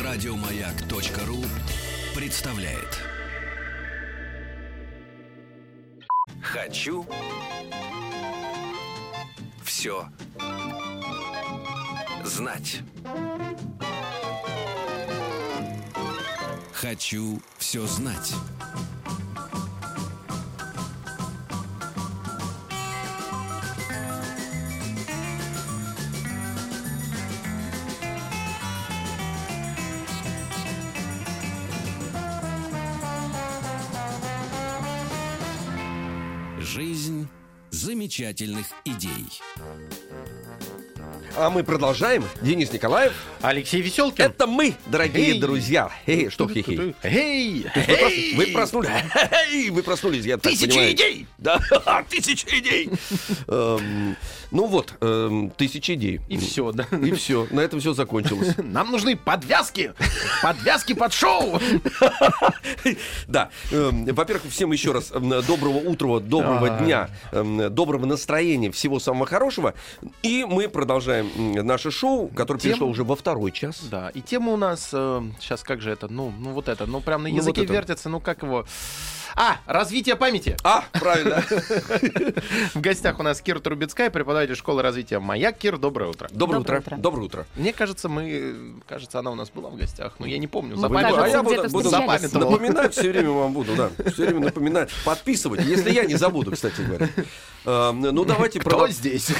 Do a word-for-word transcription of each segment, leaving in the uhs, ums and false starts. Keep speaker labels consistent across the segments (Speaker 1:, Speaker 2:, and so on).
Speaker 1: Радиомаяк.ру представляет. Хочу все знать. Хочу все знать. Жизнь замечательных идей.
Speaker 2: А мы продолжаем. Денис Николаев.
Speaker 3: Алексей Веселкин.
Speaker 2: Это мы, дорогие
Speaker 3: Эй.
Speaker 2: друзья. Эй, что хе-хей?
Speaker 3: Эй,
Speaker 2: То есть вы прос- Вы проснулись. Эй, Вы проснулись, я так
Speaker 3: Тысяча
Speaker 2: понимаю.
Speaker 3: идей!
Speaker 2: Да, тысяча идей. Эм, Ну вот, эм, тысяча идей.
Speaker 3: И все, да.
Speaker 2: И все, на этом все закончилось.
Speaker 3: Нам нужны подвязки. Подвязки под шоу.
Speaker 2: Да, эм, во-первых, всем еще раз эм, доброго утра, доброго
Speaker 3: А.
Speaker 2: дня, эм, доброго настроения, всего самого хорошего. И мы продолжаем м, наше шоу, которое
Speaker 3: Тема-
Speaker 2: перешло уже во второй час.
Speaker 3: Да, и тема у нас сейчас как же это, ну, ну вот это, ну прям на
Speaker 2: Ну,
Speaker 3: языке
Speaker 2: вот это.
Speaker 3: вертится, ну как его. А, развитие памяти.
Speaker 2: А, правильно.
Speaker 3: В гостях у нас Кира Трубецкая, преподаватель школы развития «Маяк». Кир, доброе утро.
Speaker 2: Доброе
Speaker 4: Доброе
Speaker 2: утро.
Speaker 4: утро.
Speaker 2: Доброе утро.
Speaker 3: Мне кажется, мы, кажется, она у нас была в гостях, но я не помню.
Speaker 4: Мы,
Speaker 3: запомнил.
Speaker 4: кажется,
Speaker 2: а я буду,
Speaker 4: где-то
Speaker 2: буду
Speaker 4: встречались.
Speaker 3: запамятовал.
Speaker 2: напоминать все время вам буду, да. Все время напоминать. Подписывать, если я не забуду, кстати говоря. Э, Ну, давайте
Speaker 3: Кто
Speaker 2: продол-
Speaker 3: здесь?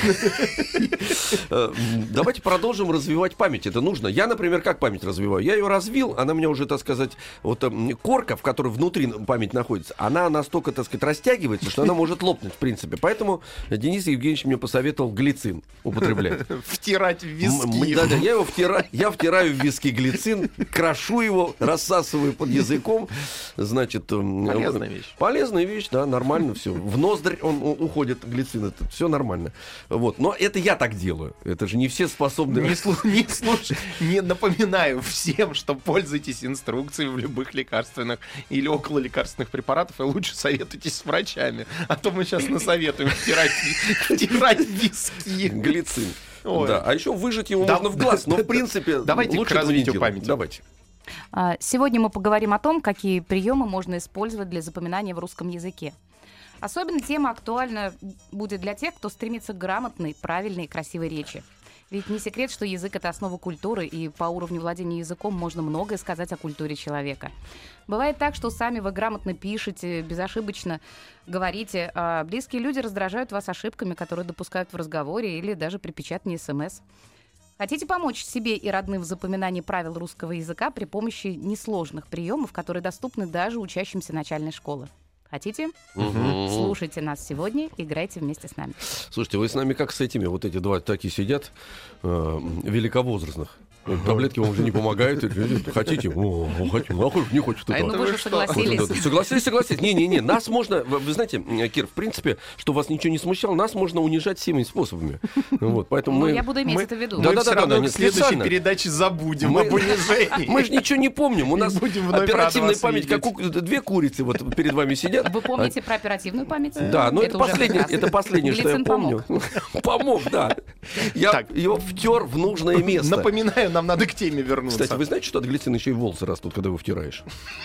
Speaker 2: э, давайте продолжим развивать память. Это нужно. Я, например, как память развиваю? Я ее развил, она мне уже, так сказать, вот эм, корка, в которой внутри память находится, она настолько, так сказать, растягивается, что она может лопнуть, в принципе. Поэтому Денис Евгеньевич мне посоветовал глицин употреблять.
Speaker 3: Втирать в
Speaker 2: М-
Speaker 3: виски.
Speaker 2: да, да, я его втираю, я втираю в виски глицин, крошу его, рассасываю под языком. Значит, м,
Speaker 3: Полезная
Speaker 2: э,
Speaker 3: вещь.
Speaker 2: Полезная вещь, да, нормально все. В ноздрь он у- уходит глицин, это все нормально. Вот, но это я так делаю. Это же не все способны.
Speaker 3: Не, слу- не слушай, не напоминаю всем, что пользуйтесь инструкцией в любых лекарственных или около лекарственных препаратов, и лучше советуйтесь с врачами, а то мы сейчас насоветуем втирать, втирать виски.
Speaker 2: Глицин.
Speaker 3: Ой.
Speaker 2: Да, а еще выжать его
Speaker 3: Да,
Speaker 2: можно в глаз, но
Speaker 3: да,
Speaker 2: в принципе
Speaker 3: давайте
Speaker 2: лучше
Speaker 3: к
Speaker 2: этого не
Speaker 3: развитию
Speaker 2: делать.
Speaker 3: памяти.
Speaker 2: Давайте.
Speaker 4: А, Сегодня мы поговорим о том, какие приемы можно использовать для запоминания в русском языке. Особенно тема актуальна будет для тех, кто стремится к грамотной, правильной и красивой речи. Ведь не секрет, что язык — это основа культуры, и по уровню владения языком можно многое сказать о культуре человека. Бывает так, что сами вы грамотно пишете, безошибочно говорите, а близкие люди раздражают вас ошибками, которые допускают в разговоре или даже при печатании смс. Хотите помочь себе и родным в запоминании правил русского языка при помощи несложных приемов, которые доступны даже учащимся начальной школы? Хотите?
Speaker 2: Мгм.
Speaker 4: Слушайте нас сегодня, играйте вместе с нами.
Speaker 2: Слушайте, вы с нами как с этими, вот эти два такие сидят, э, великовозрастных. Таблетки вам уже не помогают. или Хотите? О, хотим. А хоть не хочет.
Speaker 4: А, ну
Speaker 2: это.
Speaker 4: вы же
Speaker 3: вы что?
Speaker 4: согласились.
Speaker 2: Вот это. Согласились, согласились. Не-не-не, нас можно, вы, вы знаете, Кир, в принципе, что вас ничего не смущало, нас можно унижать всеми способами. Вот, поэтому
Speaker 4: Ну,
Speaker 2: мы...
Speaker 4: я буду иметь
Speaker 3: мы-
Speaker 4: это в виду.
Speaker 2: Да,
Speaker 3: Мы
Speaker 2: да,
Speaker 3: все
Speaker 2: да,
Speaker 3: равно
Speaker 2: да,
Speaker 3: к
Speaker 2: не
Speaker 3: следующей
Speaker 2: специально.
Speaker 3: передаче забудем
Speaker 2: Мы-
Speaker 3: об унижении.
Speaker 2: Мы же ничего не помним. У нас
Speaker 3: будем вновь рады
Speaker 2: оперативная
Speaker 3: вас
Speaker 2: память, как
Speaker 3: видеть.
Speaker 2: у две курицы вот перед вами сидят.
Speaker 4: Вы помните про оперативную память?
Speaker 2: Да, но это,
Speaker 4: уже
Speaker 2: последнее,
Speaker 4: прекрасно.
Speaker 2: это последнее, что я
Speaker 4: Глицин
Speaker 2: помню. Помог, да. Я
Speaker 3: Так.
Speaker 2: его втер в нужное место.
Speaker 3: Напоминаю, нам надо к теме вернуться.
Speaker 2: Кстати, вы знаете, что от глицина еще и волосы растут, когда его втираешь?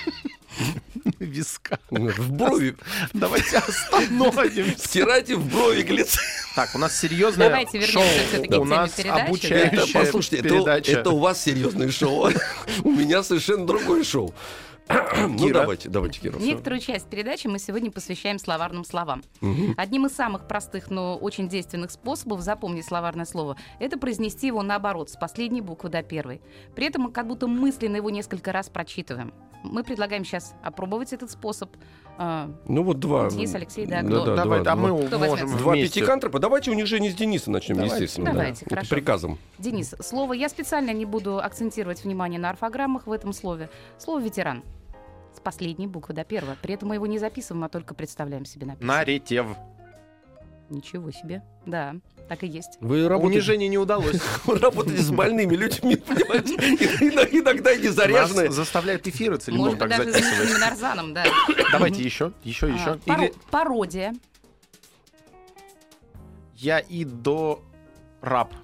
Speaker 3: Виска.
Speaker 2: В брови.
Speaker 3: Давайте остановимся.
Speaker 2: Втирайте в брови глицин.
Speaker 3: Так, у нас серьезное
Speaker 4: Давайте вернемся
Speaker 3: шоу.
Speaker 4: всё-таки к
Speaker 3: У
Speaker 4: теме
Speaker 3: нас
Speaker 4: передачи.
Speaker 2: Это,
Speaker 3: обучающая
Speaker 2: послушайте, это,
Speaker 3: передача.
Speaker 2: это у вас серьезное шоу. У меня совершенно другое шоу. Ну,
Speaker 3: Кира.
Speaker 2: давайте, давайте, Кира.
Speaker 4: Некоторую часть передачи мы сегодня посвящаем словарным словам. Одним из самых простых, но очень действенных способов запомнить словарное слово — это произнести его наоборот, с последней буквы до первой. При этом мы как будто мысленно его несколько раз прочитываем. Мы предлагаем сейчас опробовать этот способ. А,
Speaker 2: Ну вот два.
Speaker 4: Денис, Алексей, да,
Speaker 2: Да,
Speaker 4: кто?
Speaker 2: да,
Speaker 3: Давай,
Speaker 2: два,
Speaker 3: а мы
Speaker 2: два.
Speaker 4: Кто
Speaker 3: можем
Speaker 4: возьмет?
Speaker 2: Два
Speaker 3: вместе.
Speaker 2: пятикантропа. Давайте унижение с Дениса начнем,
Speaker 3: Давайте.
Speaker 2: естественно. да.
Speaker 4: Давайте,
Speaker 2: Это
Speaker 4: хорошо.
Speaker 2: приказом.
Speaker 4: Денис, слово, я специально не буду акцентировать внимание на орфограммах в этом слове. Слово «ветеран» с последней буквы до первой. При этом мы его не записываем, а только представляем себе написано.
Speaker 3: Наретев.
Speaker 4: Ничего себе. Да, так и есть.
Speaker 2: Вы работаете,
Speaker 3: Унижение не удалось.
Speaker 2: вы работаете с больными людьми, понимаете? И- Иногда и не заряженные.
Speaker 3: Нас заставляют эфиры целиком
Speaker 4: Может быть,
Speaker 3: так
Speaker 4: даже с
Speaker 3: записывать.
Speaker 4: Дмитрием Нарзаном, да.
Speaker 3: Давайте еще, еще,
Speaker 4: А,
Speaker 3: еще.
Speaker 4: паро-
Speaker 3: Или
Speaker 4: Пародия.
Speaker 3: я и до раб.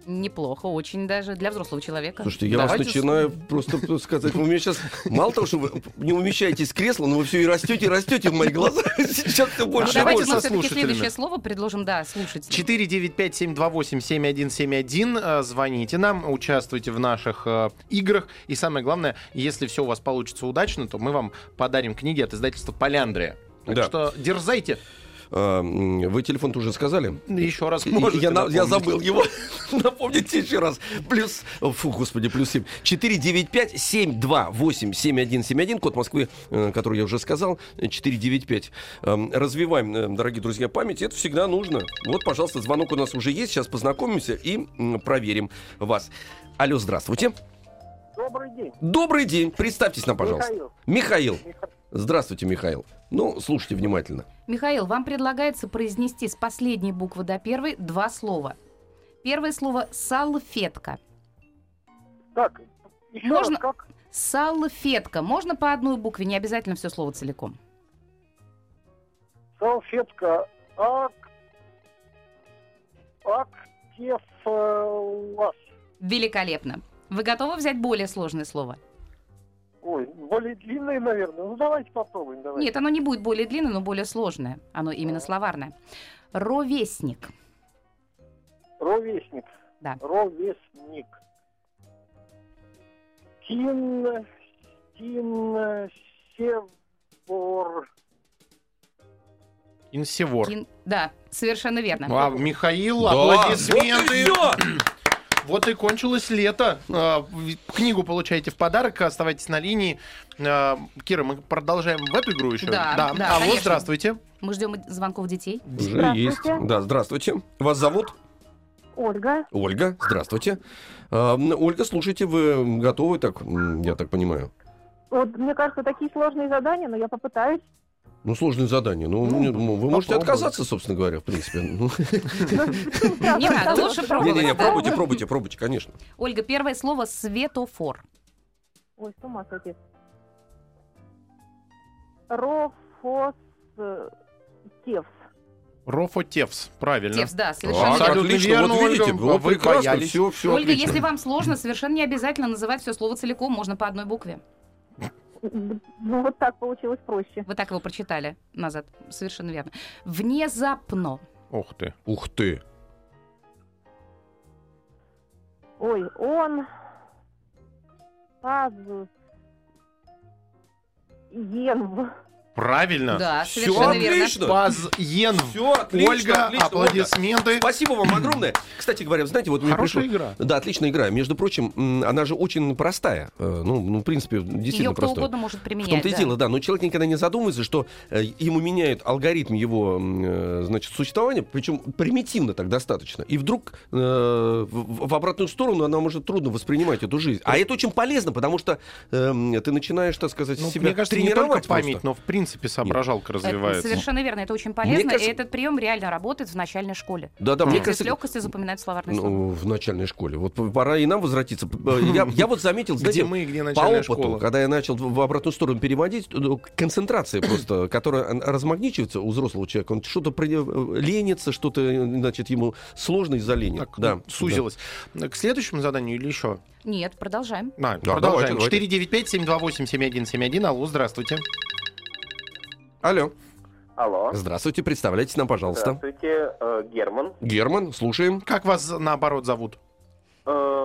Speaker 4: Неплохо, очень даже для взрослого человека.
Speaker 2: Слушайте, я
Speaker 3: Давайте
Speaker 2: вас начинаю просто просто сказать. Вы меня сейчас, мало того, что вы не умещаетесь в кресло, но вы все и растете, и растете в мои глаза. Сейчас все
Speaker 4: Ну,
Speaker 2: больше и
Speaker 4: давайте
Speaker 2: больше.
Speaker 4: мы
Speaker 3: со
Speaker 4: все-таки
Speaker 3: слушателями.
Speaker 4: следующее слово предложим, да, слушать.
Speaker 3: четыре девять пять семь два восемь семь один семь один. Э, Звоните нам, участвуйте в наших э, играх. И самое главное, если все у вас получится удачно, то мы вам подарим книги от издательства «Поляндрия». Так
Speaker 2: Да.
Speaker 3: что дерзайте.
Speaker 2: А, м, Вы телефон уже сказали?
Speaker 3: Еще раз
Speaker 2: И-
Speaker 3: можете
Speaker 2: Я, на- я
Speaker 3: напомнить.
Speaker 2: забыл его. Напомните еще раз. Плюс, о, фу, господи, плюс семь. четыре девять пять семь два восемь семь один семь один. Код Москвы, э, который я уже сказал. четыре девять пять. Эм, Развиваем, э, дорогие друзья, память. Это всегда нужно. Вот, пожалуйста, звонок у нас уже есть. Сейчас познакомимся и м, проверим вас. Алло, здравствуйте.
Speaker 5: Добрый день.
Speaker 2: Добрый день. Представьтесь нам, пожалуйста.
Speaker 5: Михаил.
Speaker 2: Михаил.
Speaker 5: Миха-
Speaker 2: Здравствуйте, Михаил. Ну, слушайте внимательно.
Speaker 4: Михаил, вам предлагается произнести с последней буквы до первой два слова. Первое слово «салфетка».
Speaker 5: Так, еще
Speaker 4: Можно-
Speaker 5: раз, как?
Speaker 4: Салфетка. Можно по одной букве, не обязательно все слово целиком.
Speaker 5: Салфетка. Ак... Актефлас.
Speaker 4: Великолепно. Вы готовы взять более сложное слово?
Speaker 5: Ой, более длинный, наверное. Ну, давайте попробуем. Давайте.
Speaker 4: Нет, оно не будет более длинное, но более сложное. Оно именно словарное. Ровесник.
Speaker 5: Ровесник.
Speaker 4: Да.
Speaker 5: Ровесник. Тин... Тин... Севор...
Speaker 3: Инсевор.
Speaker 4: Кин- Да, совершенно верно.
Speaker 3: А, Михаил,
Speaker 2: Да,
Speaker 3: аплодисменты.
Speaker 2: вот и всё.
Speaker 3: Вот и кончилось лето. А, в- Книгу получаете в подарок. Оставайтесь на линии. А, Кира, мы продолжаем в эту игру еще?
Speaker 4: Да, да,
Speaker 3: Алло,
Speaker 4: конечно.
Speaker 3: здравствуйте.
Speaker 4: Мы ждем звонков детей.
Speaker 2: Уже
Speaker 6: Здравствуйте.
Speaker 2: есть. Да, здравствуйте. Вас зовут?
Speaker 6: Ольга.
Speaker 2: Ольга. Здравствуйте. А, м, Ольга, слушайте, вы готовы, так, м, я так понимаю?
Speaker 6: Вот, мне кажется, такие сложные задания, но я попытаюсь.
Speaker 2: Ну, сложное задание. Ну,
Speaker 3: Ну,
Speaker 2: не- ну, вы можете
Speaker 3: попробуй.
Speaker 2: отказаться, собственно говоря, в принципе. Ну,
Speaker 4: Не надо, лучше пробовать.
Speaker 2: Не-не-не,
Speaker 4: да.
Speaker 2: пробуйте, пробуйте, пробуйте, конечно.
Speaker 4: Ольга, первое слово «светофор».
Speaker 6: Ой, с ума сойти. Рофос... э, Тевс.
Speaker 3: Рофотевс. Правильно.
Speaker 4: Тевс, да,
Speaker 2: Так,
Speaker 4: совершенно верно.
Speaker 3: Абсолютно
Speaker 2: отлично,
Speaker 3: верно,
Speaker 2: вот видите,
Speaker 3: Ольга.
Speaker 2: вот
Speaker 3: Вы
Speaker 2: прекрасно,
Speaker 3: боялись.
Speaker 2: все, все
Speaker 4: Ольга,
Speaker 2: отлично.
Speaker 4: если вам сложно, совершенно не обязательно называть все слово целиком, можно по одной букве.
Speaker 6: Ну, вот так получилось проще.
Speaker 4: Вы так его прочитали назад. Совершенно верно. Внезапно.
Speaker 3: Ух ты.
Speaker 2: Ух ты.
Speaker 6: Ой, он... Паз... Енв.
Speaker 3: Правильно.
Speaker 4: Да,
Speaker 2: Всё
Speaker 4: совершенно верно.
Speaker 2: отлично.
Speaker 3: Пазьенв.
Speaker 2: Все отлично,
Speaker 3: Ольга,
Speaker 2: отлично,
Speaker 3: аплодисменты.
Speaker 2: Ольга. Спасибо вам огромное. Кстати говоря, знаете, вот мне
Speaker 3: Хорошая
Speaker 2: пришло...
Speaker 3: игра.
Speaker 2: Да, отличная игра. Между прочим, м, она же очень простая. Э, Ну, ну в принципе, действительно
Speaker 4: Ее кто
Speaker 2: простая.
Speaker 4: угодно может
Speaker 2: В
Speaker 4: применять.
Speaker 2: том-то и
Speaker 4: да.
Speaker 2: дело, да. Но человек никогда не задумывается, что э, ему меняют алгоритм его, м, э, значит, существования, причем примитивно так достаточно. И вдруг э, в, в обратную сторону она может трудно воспринимать эту жизнь. А это очень полезно, потому что э, ты начинаешь, так сказать,
Speaker 3: Ну,
Speaker 2: себя
Speaker 3: мне кажется, не
Speaker 2: тренировать
Speaker 3: только память,
Speaker 2: просто.
Speaker 3: но в принципе соображалка
Speaker 4: Это
Speaker 3: развивается.
Speaker 4: совершенно верно, это очень полезно,
Speaker 2: кажется-
Speaker 4: и этот прием реально работает в начальной школе.
Speaker 2: Да-да, мне
Speaker 4: Дети с
Speaker 2: кажется,
Speaker 4: легкостью запоминают словарные слова.
Speaker 2: ну, в начальной школе. Вот пора и нам возвратиться. Я, я вот заметил,
Speaker 3: Где
Speaker 2: знаете,
Speaker 3: мы и где
Speaker 2: по
Speaker 3: начальная
Speaker 2: опыту,
Speaker 3: школа.
Speaker 2: когда я начал в в обратную сторону переводить, ну, концентрация просто, которая размагничивается у взрослого человека, он что-то при- ленится, что-то, значит, ему сложно из-за лени.
Speaker 3: Так,
Speaker 2: да,
Speaker 3: ну, сузилось. К следующему заданию или еще?
Speaker 4: Нет, продолжаем.
Speaker 3: А,
Speaker 2: Да,
Speaker 3: продолжаем.
Speaker 2: давайте, давайте.
Speaker 3: четыре девять пять семь два восемь семь один семь один. Алло, здравствуйте.
Speaker 2: Да. Алло.
Speaker 5: Алло.
Speaker 2: Здравствуйте, представляйтесь нам, пожалуйста.
Speaker 5: Здравствуйте, э, Герман.
Speaker 2: Герман, слушаем.
Speaker 3: Как вас наоборот зовут?
Speaker 5: Э,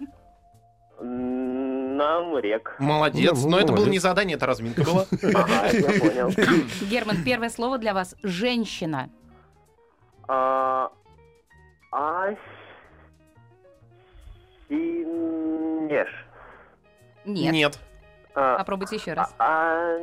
Speaker 5: Намрек.
Speaker 3: Молодец.
Speaker 2: Ну,
Speaker 3: Но это было
Speaker 2: молодец.
Speaker 3: не задание, это разминка была.
Speaker 5: Ага, я понял.
Speaker 4: Герман, первое слово для вас – женщина.
Speaker 5: А, Асинеш.
Speaker 4: Нет.
Speaker 3: Нет.
Speaker 5: А,
Speaker 4: Попробуйте еще раз.
Speaker 5: а,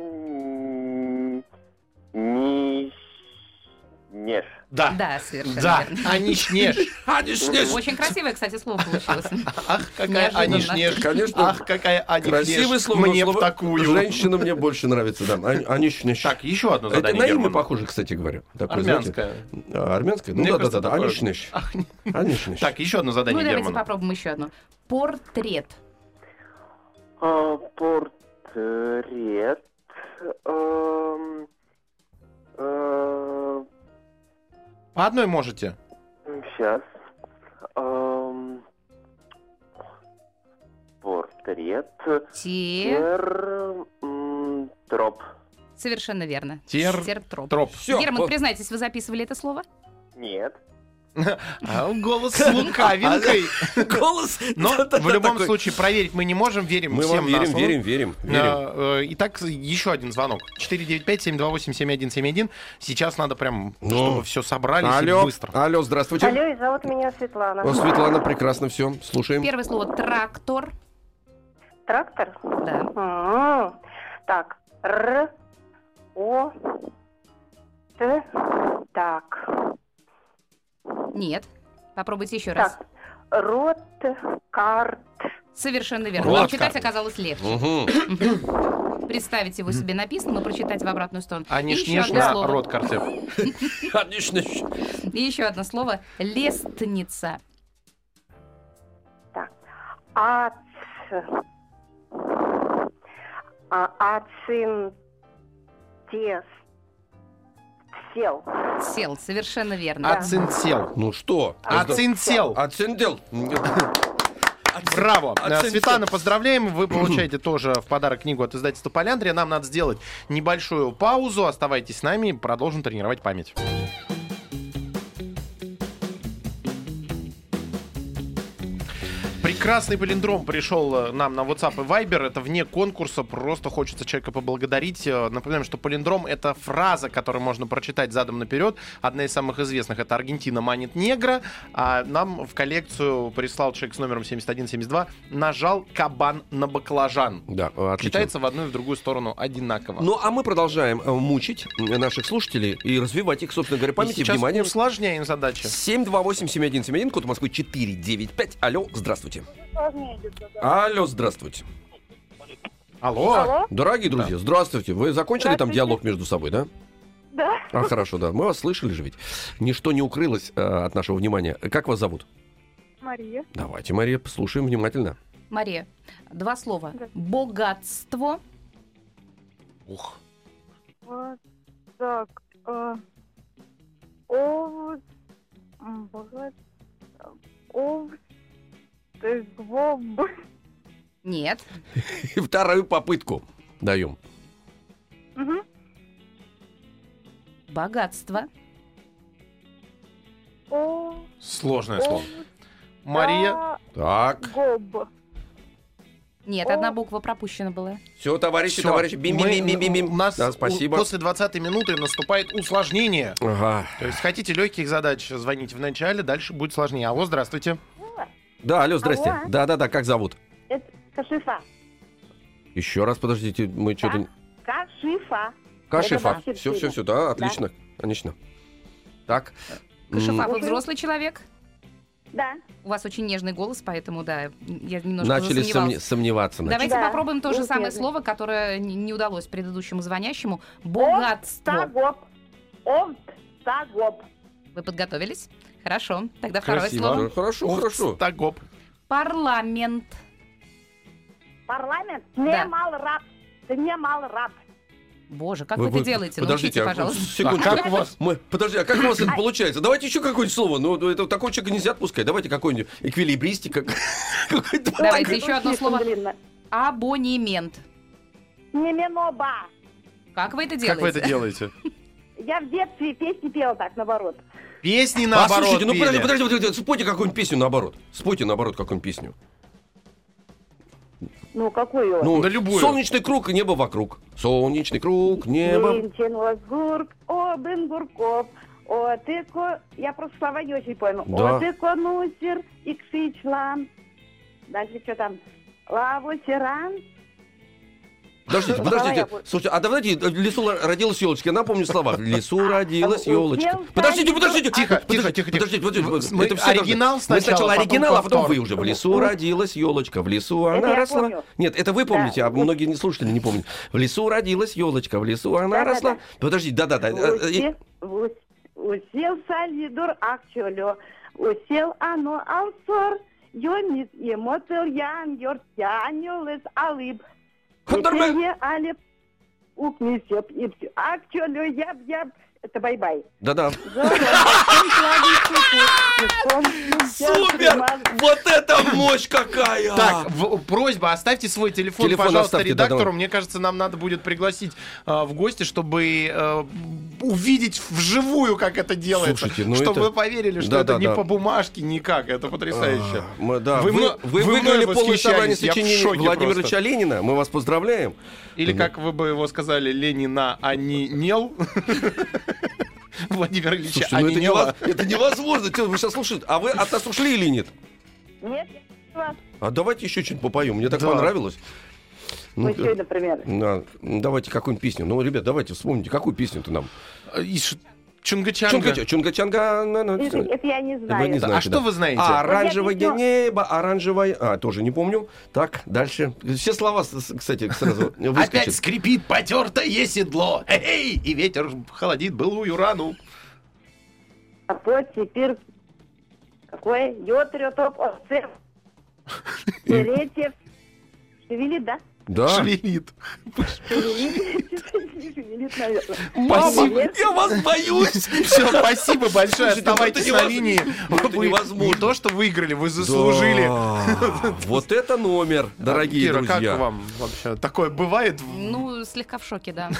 Speaker 5: Ниш.
Speaker 3: Да.
Speaker 4: Да, совершенно
Speaker 3: Да.
Speaker 4: верно.
Speaker 3: Анишнеш.
Speaker 4: Очень красивое, кстати, слово получилось.
Speaker 3: Ах, какая
Speaker 4: Неожиданно.
Speaker 3: Анишнеш.
Speaker 2: Конечно.
Speaker 3: Ах, какая Анишнеш.
Speaker 2: Красивое слово,
Speaker 3: Мне
Speaker 2: слово
Speaker 3: б такую.
Speaker 2: женщина мне больше нравится, да. Ань- Анишнеш.
Speaker 3: Так, еще одно
Speaker 2: Это
Speaker 3: задание,
Speaker 2: на имя
Speaker 3: Герман.
Speaker 2: похоже, кстати говоря. Такое, знаете.
Speaker 3: Армянское.
Speaker 2: А, армянское? Ну
Speaker 3: Мне
Speaker 2: да, да,
Speaker 3: кажется,
Speaker 2: да, да.
Speaker 3: такое.
Speaker 2: Анишнеш.
Speaker 3: Ах,
Speaker 2: Анишнеш.
Speaker 3: Так, еще одно
Speaker 4: Ну,
Speaker 3: задание,
Speaker 4: давайте
Speaker 3: Герман.
Speaker 4: попробуем еще одно. Портрет.
Speaker 5: А, Портрет. Эм, э,
Speaker 3: По одной можете.
Speaker 5: Сейчас. Эм,
Speaker 7: Портрет.
Speaker 4: Те.
Speaker 7: Тер... м, Троп.
Speaker 4: Совершенно верно.
Speaker 3: Тер-
Speaker 4: Тертроп.
Speaker 3: Троп.
Speaker 2: Всё,
Speaker 4: Герман,
Speaker 2: вот.
Speaker 4: признайтесь, вы записывали это слово?
Speaker 7: Нет.
Speaker 3: А он голос с лукавинкой.
Speaker 2: Голос.
Speaker 3: Но
Speaker 2: Да-да-да,
Speaker 3: в любом
Speaker 2: такой.
Speaker 3: случае проверить мы не можем, верим
Speaker 2: Мы
Speaker 3: всем
Speaker 2: вам
Speaker 3: на
Speaker 2: верим,
Speaker 3: слово.
Speaker 2: верим, верим, верим.
Speaker 3: А, э, Итак, еще один звонок. четыре девять пять семь два восемь семь один семь один. Сейчас надо прям,
Speaker 2: Ну.
Speaker 3: чтобы все собрались и
Speaker 2: Алло,
Speaker 3: быстро.
Speaker 2: алло, здравствуйте.
Speaker 6: Алло, и зовут меня Светлана.
Speaker 2: О, Светлана, прекрасно, все, слушаем.
Speaker 4: Первое слово трактор.
Speaker 6: Трактор?
Speaker 4: Да.
Speaker 6: М, Так, Р, О, Т, так.
Speaker 4: Нет. Попробуйте еще раз.
Speaker 6: Так, рот, карт.
Speaker 4: Совершенно верно.
Speaker 3: Вот
Speaker 4: Но читать
Speaker 3: как.
Speaker 4: оказалось легче.
Speaker 2: Угу.
Speaker 4: Представить его себе написанным и прочитать в обратную сторону.
Speaker 3: А
Speaker 4: И
Speaker 3: не
Speaker 4: еще одно
Speaker 3: шнешна,
Speaker 4: слово.
Speaker 3: рот картеф.
Speaker 2: Отлично.
Speaker 4: И еще одно слово. Лестница.
Speaker 6: Так, ац. А, ацин. Тес. Сел.
Speaker 4: Сел. Совершенно верно.
Speaker 3: Ацинцел.
Speaker 2: Ну что?
Speaker 3: Ацинцел.
Speaker 2: Ацендел.
Speaker 3: Браво.
Speaker 2: Ацинцел.
Speaker 3: Светлана, поздравляем. Вы получаете тоже в подарок книгу от издательства «Поляндрия». Нам надо сделать небольшую паузу. Оставайтесь с нами, продолжим тренировать память. Прекрасный палиндром пришел э, нам на WhatsApp и Viber. Это вне конкурса. Просто хочется человека поблагодарить. Э, Напоминаем, что палиндром — это фраза, которую можно прочитать задом наперед. Одна из самых известных — это «Аргентина манит негра». А нам в коллекцию прислал человек с номером семьдесят один семьдесят два «Нажал кабан на баклажан».
Speaker 2: Да, отлично.
Speaker 3: Читается в одну и в другую сторону одинаково.
Speaker 2: Ну, а мы продолжаем э, мучить наших слушателей и развивать их, собственно говоря, память и
Speaker 3: Сейчас
Speaker 2: внимание.
Speaker 3: усложняем задачу.
Speaker 2: семь два восемь семь один семь один, код Москвы четыре девять пять. Алло, здравствуйте. Алло, здравствуйте.
Speaker 3: Алло.
Speaker 6: Алло?
Speaker 2: Дорогие друзья, здравствуйте. Вы закончили там
Speaker 6: Здравствуйте.
Speaker 2: диалог между собой, да?
Speaker 6: Да.
Speaker 2: А, хорошо, да. Мы вас слышали же ведь. Ничто не укрылось э, от нашего внимания. Как вас зовут?
Speaker 6: Мария.
Speaker 2: Давайте, Мария, послушаем внимательно.
Speaker 4: Мария, два слова.
Speaker 6: Да.
Speaker 4: Богатство.
Speaker 3: Ух.
Speaker 6: Вот так. э, Ов... м, богат- Ов... ты гвоб.
Speaker 4: Нет.
Speaker 2: И вторую попытку даем.
Speaker 6: Мгм.
Speaker 4: Богатство.
Speaker 6: О...
Speaker 3: Сложное слово. Мария.
Speaker 2: Так.
Speaker 6: Гоб.
Speaker 4: Нет,
Speaker 6: О.
Speaker 4: одна буква пропущена была.
Speaker 2: Все, товарищи,
Speaker 3: Всё.
Speaker 2: товарищи. Бим-бим-бим-бим-бим.
Speaker 3: Мы- У нас
Speaker 2: Да, спасибо.
Speaker 3: у- после двадцатой минуты наступает усложнение.
Speaker 2: Ага.
Speaker 3: То есть хотите легких задач, звоните в начале, дальше будет сложнее. Алло, здравствуйте.
Speaker 2: Да, алло, здрасте.
Speaker 6: Алло.
Speaker 2: Да-да-да, как зовут?
Speaker 6: Это Кашифа.
Speaker 2: Еще раз, подождите, мы что-то...
Speaker 6: Кашифа.
Speaker 2: Кашифа.
Speaker 6: Это вообще
Speaker 2: Все, все,
Speaker 6: сильно.
Speaker 2: все, да, отлично, отлично. Так.
Speaker 4: Кашифа,
Speaker 2: м,
Speaker 4: вы взрослый человек?
Speaker 6: Да.
Speaker 4: У вас очень нежный голос, поэтому, да, я немножко
Speaker 2: Начали
Speaker 4: засомневалась.
Speaker 2: сомне- сомневаться. начали.
Speaker 4: Давайте
Speaker 6: Да,
Speaker 4: попробуем то же
Speaker 6: был
Speaker 4: самое
Speaker 6: первый.
Speaker 4: слово, которое не не удалось предыдущему звонящему. Богатство.
Speaker 6: Тагоп. Овт. Тагоп.
Speaker 4: Вы подготовились? Хорошо. Тогда второе
Speaker 3: Красиво.
Speaker 4: слово.
Speaker 2: Да, Хорошо, хорошо.
Speaker 3: Так, гоп.
Speaker 4: Парламент.
Speaker 6: Парламент.
Speaker 4: Да.
Speaker 6: Не мал раб. Ты не мал раб.
Speaker 4: Боже, как
Speaker 2: Вы-
Speaker 4: вы,
Speaker 2: вы-
Speaker 4: это делаете?
Speaker 2: Подождите,
Speaker 4: Научите,
Speaker 2: а,
Speaker 4: пожалуйста.
Speaker 2: секундочку.
Speaker 3: А как у вас?
Speaker 2: Мы, подожди, а как у вас это получается? Давайте еще какое-нибудь слово. Ну, ну, это такого человека нельзя отпускать. Давайте какой-нибудь эквилибристика. какой-то.
Speaker 4: Давайте еще одно
Speaker 6: Слишком
Speaker 4: слово.
Speaker 6: длинно.
Speaker 4: Абонемент.
Speaker 6: Не миноба.
Speaker 4: Как вы это делаете?
Speaker 3: Как вы это делаете?
Speaker 6: Я в детстве песни пела так, наоборот.
Speaker 3: Песни наоборот
Speaker 2: Послушайте, ну
Speaker 3: пели.
Speaker 2: подожди, подожди, подожди, спойте какую-нибудь песню наоборот. Спойте наоборот какую-нибудь песню.
Speaker 6: Ну, какую?
Speaker 2: Ну,
Speaker 3: Да любую.
Speaker 2: солнечный круг и небо вокруг. Солнечный круг, небо.
Speaker 6: Линчен Лазгурк, о, Бенгурков, о, ты ко... Я просто слова не очень пойму.
Speaker 2: Да.
Speaker 6: О, ты конусер, иксичлан. Дальше что там? Лавусеран.
Speaker 2: Подождите,
Speaker 6: Давай
Speaker 2: подождите.
Speaker 6: я буду.
Speaker 2: Слушайте, а давайте в лесу родилась елочка. Я напомню слова. В лесу родилась
Speaker 6: А,
Speaker 2: елочка.
Speaker 6: успел
Speaker 2: Подождите,
Speaker 6: стать-
Speaker 2: подождите.
Speaker 3: Тихо,
Speaker 2: подождите,
Speaker 3: тихо, тихо, тихо.
Speaker 2: Подождите, подождите.
Speaker 3: Мы
Speaker 2: Это все
Speaker 3: оригинал
Speaker 2: должно- Мы
Speaker 3: сначала,
Speaker 2: сначала
Speaker 3: потом
Speaker 2: оригинал, а потом
Speaker 3: повтор.
Speaker 2: вы уже. В лесу родилась елочка. В лесу
Speaker 6: Это
Speaker 2: она
Speaker 6: я
Speaker 2: росла.
Speaker 6: помню.
Speaker 2: Нет, это вы помните,
Speaker 6: Да.
Speaker 2: а многие не слушатели не помнят. В лесу родилась елочка. В лесу она
Speaker 6: Да-да-да.
Speaker 2: росла. Подождите, да-да-да. Э, э,
Speaker 6: Усе- ус- Усел салидур акчолё, усел ано алсор, йонис емотел ян йорт янюлес алыб.
Speaker 2: Хандарме.
Speaker 6: Уселье алеп укнисеп ипсю акчолё яб-яб. Это бай-бай.
Speaker 2: Да-да.
Speaker 6: Золотом сладкий куку,
Speaker 2: Супер! Вот это мощь какая!
Speaker 3: Так, в- просьба, оставьте свой телефон,
Speaker 2: Телефон
Speaker 3: пожалуйста,
Speaker 2: оставьте, да,
Speaker 3: редактору.
Speaker 2: давай.
Speaker 3: Мне кажется, нам надо будет пригласить а, в гости, чтобы а, увидеть вживую, как это делается.
Speaker 2: Слушайте, ну
Speaker 3: чтобы
Speaker 2: это-
Speaker 3: вы поверили, что
Speaker 2: Да,
Speaker 3: это
Speaker 2: да,
Speaker 3: не
Speaker 2: да.
Speaker 3: по бумажке никак. Это потрясающе.
Speaker 2: А, мы- да,
Speaker 3: Вы
Speaker 2: вы,
Speaker 3: мно-
Speaker 2: вы
Speaker 3: вы
Speaker 2: выиграли
Speaker 3: мной
Speaker 2: полное собрание
Speaker 3: восхищались, я в
Speaker 2: сочинений
Speaker 3: шоке
Speaker 2: Владимира
Speaker 3: просто.
Speaker 2: Ильича Ленина. Мы вас поздравляем.
Speaker 3: Или, как вы бы его сказали, Ленина, а не нел. Владимир Ильич,
Speaker 2: Слушайте,
Speaker 3: а
Speaker 2: ну
Speaker 3: не
Speaker 2: это,
Speaker 3: нела.
Speaker 2: невоз- это невозможно. Тё, Вы сейчас слушаете. А вы от нас ушли или нет?
Speaker 6: Нет, вас.
Speaker 2: А давайте еще что-нибудь попоем. Мне так
Speaker 3: Да.
Speaker 2: понравилось. Ну,
Speaker 6: Вы что, например?
Speaker 2: да, давайте какую-нибудь песню. Ну, ребят, давайте вспомните, какую песню-то нам.
Speaker 3: Иш- Чунга-чанга.
Speaker 2: Чунга- Чунга-чанга. на- на-
Speaker 6: Это, это я не
Speaker 2: Вы
Speaker 6: знаю.
Speaker 2: не
Speaker 3: А
Speaker 2: знаете,
Speaker 3: что
Speaker 2: да.
Speaker 3: вы знаете?
Speaker 2: А, оранжевое
Speaker 6: Вот я песню-
Speaker 2: небо, оранжевое... А, тоже не помню. Так, дальше. Все слова, с- с- кстати, сразу
Speaker 3: Опять
Speaker 2: выскочат.
Speaker 3: скрипит потертое седло. Эй, и ветер холодит былую рану.
Speaker 6: А вот теперь какой? Йотрётоп, оце. Третье. Шевелит, да?
Speaker 2: Да.
Speaker 3: Шевелит.
Speaker 6: Шевелит. Шевелит, наверное.
Speaker 2: Спасибо. Я вас боюсь.
Speaker 3: Все, спасибо большое.
Speaker 2: Слушайте, ну
Speaker 3: Оставайтесь
Speaker 2: это
Speaker 3: на
Speaker 2: невоз-
Speaker 3: линии.
Speaker 2: ну это
Speaker 3: Вы
Speaker 2: невозможно.
Speaker 3: не то, что выиграли, вы заслужили.
Speaker 2: Да. Вот это номер, дорогие
Speaker 3: Кира,
Speaker 2: друзья.
Speaker 3: как вам вообще? Такое бывает?
Speaker 4: Ну, слегка в шоке, да.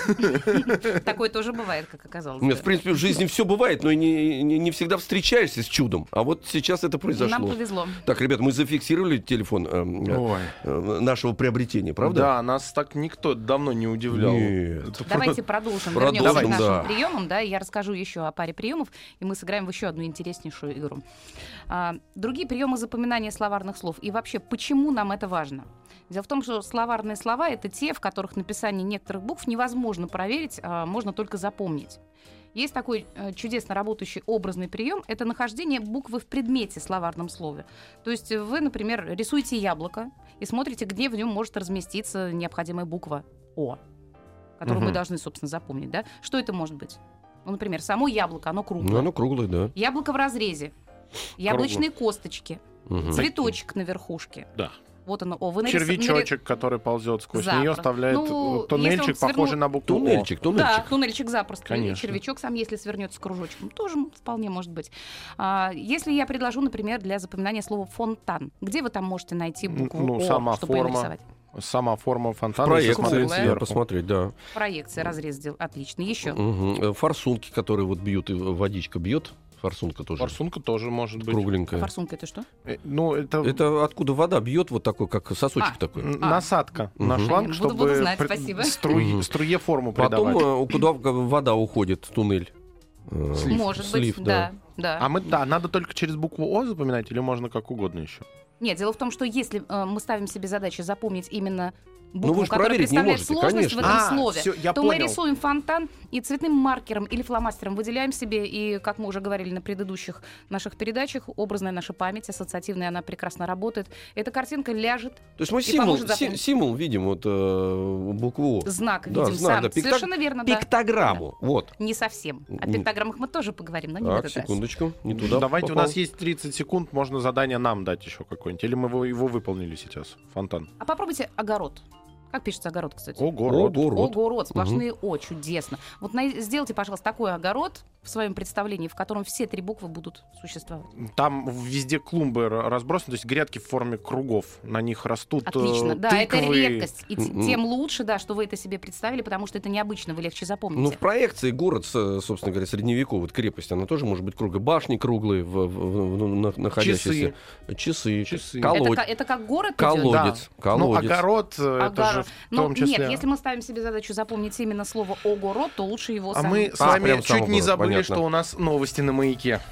Speaker 4: Такое тоже бывает, как оказалось.
Speaker 2: Нет, в принципе, в жизни все бывает, но не, не, не всегда встречаешься с чудом. А вот сейчас это произошло.
Speaker 4: Нам повезло.
Speaker 2: Так, ребят, мы зафиксировали телефон э, э,
Speaker 3: Ой.
Speaker 2: э, нашего приобретения, правда?
Speaker 3: Да, нас так никто давно не удивлял.
Speaker 2: Нет.
Speaker 3: Это
Speaker 4: Давайте продолжим.
Speaker 2: Продолжим,
Speaker 4: Вернемся к нашим
Speaker 2: да.
Speaker 4: приемам, да, и я расскажу еще о паре приемов, и мы сыграем в еще одну интереснейшую игру. А, другие приемы запоминания словарных слов. И вообще, почему нам это важно? Дело в том, что словарные слова — это те, в которых написание некоторых букв невозможно проверить, а можно только запомнить. Есть такой э, чудесно работающий образный прием — это нахождение буквы в предмете словарном слове. То есть вы, например, рисуете яблоко и смотрите, где в нем может разместиться необходимая буква «О», которую
Speaker 3: Мгм.
Speaker 4: вы должны, собственно, запомнить. Да? Что это может быть? Ну, например, само яблоко, оно круглое.
Speaker 2: Ну, оно круглое, да.
Speaker 4: Яблоко в разрезе. Яблочные косточки.
Speaker 2: Мгм.
Speaker 4: Цветочек на верхушке.
Speaker 3: Да.
Speaker 4: Вот оно. О, вы нарис- нари-
Speaker 3: Червячочек, который ползет сквозь
Speaker 4: Запросто.
Speaker 3: нее, оставляет
Speaker 4: Ну,
Speaker 3: э,
Speaker 4: если он
Speaker 3: туннельчик,
Speaker 4: свернул-
Speaker 3: похожий на букву О.
Speaker 2: Туннельчик,
Speaker 4: Да,
Speaker 2: туннельчик.
Speaker 4: туннельчик запросто.
Speaker 3: Конечно.
Speaker 4: И червячок сам, если свернется кружочком, тоже вполне может быть. А, если я предложу, например, для запоминания слова «фонтан», где вы там можете найти букву
Speaker 3: Ну,
Speaker 4: «О»,
Speaker 3: сама
Speaker 4: чтобы ее
Speaker 3: форма.
Speaker 4: написать?
Speaker 3: Сама форма фонтана.
Speaker 2: Проекции,
Speaker 3: если смотреть
Speaker 4: круглая.
Speaker 2: да,
Speaker 3: сверху.
Speaker 2: посмотреть, да.
Speaker 4: Проекция, разрез сделал. Отлично. Еще.
Speaker 2: Мгм. Э, Форсунки, которые вот бьют, и водичка бьет. Форсунка тоже.
Speaker 3: Форсунка тоже может быть.
Speaker 2: Кругленькая.
Speaker 4: А форсунка это что?
Speaker 3: Э, Ну, это,
Speaker 2: Это откуда вода бьет, вот такой, как сосочек
Speaker 4: А.
Speaker 2: такой.
Speaker 3: н-
Speaker 4: А.
Speaker 3: насадка на
Speaker 2: Мгм.
Speaker 3: шланг,
Speaker 4: Буду-
Speaker 3: чтобы
Speaker 4: буду знать,
Speaker 3: при-
Speaker 4: спасибо.
Speaker 3: струй-
Speaker 2: Мгм.
Speaker 3: струе форму
Speaker 2: Потом,
Speaker 3: придавать.
Speaker 2: э, куда в- вода уходит, в туннель. Э,
Speaker 3: Слив.
Speaker 4: Может
Speaker 2: слив,
Speaker 4: быть,
Speaker 2: да.
Speaker 4: да. да.
Speaker 3: А мы, да, надо только через букву О запоминать или можно как угодно еще?
Speaker 4: Нет, дело в том, что если э, мы ставим себе задачу запомнить именно
Speaker 2: Ну,
Speaker 4: букву,
Speaker 2: вы ж
Speaker 4: которая
Speaker 2: проверить не
Speaker 4: представляет
Speaker 2: можете,
Speaker 4: сложность в
Speaker 2: конечно.
Speaker 4: этом
Speaker 3: А,
Speaker 4: слове,
Speaker 3: всё, я
Speaker 4: то мы
Speaker 3: понял.
Speaker 4: рисуем фонтан и цветным маркером или фломастером выделяем себе, и, как мы уже говорили на предыдущих наших передачах, образная наша память, ассоциативная, она прекрасно работает. Эта картинка ляжет,
Speaker 2: То есть мы
Speaker 4: И
Speaker 2: символ,
Speaker 4: поможет
Speaker 2: си-
Speaker 4: запомнить.
Speaker 2: символ видим, вот э, букву О.
Speaker 4: знак
Speaker 2: Да,
Speaker 4: видим
Speaker 2: знак,
Speaker 4: сам.
Speaker 2: да, пикто-
Speaker 4: Совершенно верно, да.
Speaker 2: Пиктограмму. Вот.
Speaker 4: Не совсем. О
Speaker 2: М.
Speaker 4: пиктограммах мы тоже поговорим, но не в
Speaker 2: Так,
Speaker 4: этот раз.
Speaker 2: секундочку. Не туда.
Speaker 3: Давайте,
Speaker 2: попал.
Speaker 3: у нас есть тридцать секунд, можно задание нам дать еще какое-нибудь. Или мы его, его выполнили сейчас? Фонтан.
Speaker 4: А попробуйте огород. Как пишется огород, кстати?
Speaker 3: Огород.
Speaker 2: Огород.
Speaker 4: Огород, сплошные О, чудесно. Вот на- сделайте, пожалуйста, такой огород в своем представлении, в котором все три буквы будут существовать.
Speaker 3: Там везде клумбы р- разбросаны, то есть грядки в форме кругов. На них растут
Speaker 4: Отлично,
Speaker 3: э,
Speaker 4: да, это
Speaker 3: тыквы.
Speaker 4: редкость. И т-
Speaker 2: М-м.
Speaker 4: тем лучше, да, что вы это себе представили, потому что это необычно, вы легче
Speaker 2: Ну,
Speaker 4: запомните.
Speaker 2: в проекции город, с- собственно говоря, средневековый, вот крепость, она тоже может быть круглая. Башни круглые, в, в- в- в- на- находящиеся. Часы.
Speaker 3: Часы.
Speaker 4: это,
Speaker 2: Колодец.
Speaker 4: ка- это как город идет?
Speaker 2: Колодец.
Speaker 3: Ну,
Speaker 2: Колодец.
Speaker 3: огород, э, это
Speaker 4: Огород.
Speaker 3: же в
Speaker 4: Ну,
Speaker 3: том числе...
Speaker 4: нет, если мы ставим себе задачу запомнить именно слово «огород», то лучше его
Speaker 3: А
Speaker 4: сам-
Speaker 3: мы с
Speaker 2: А,
Speaker 3: вами
Speaker 2: прям
Speaker 3: чуть
Speaker 2: сам
Speaker 3: не
Speaker 2: огород,
Speaker 3: забыли,
Speaker 2: понятно.
Speaker 3: что у нас новости на маяке.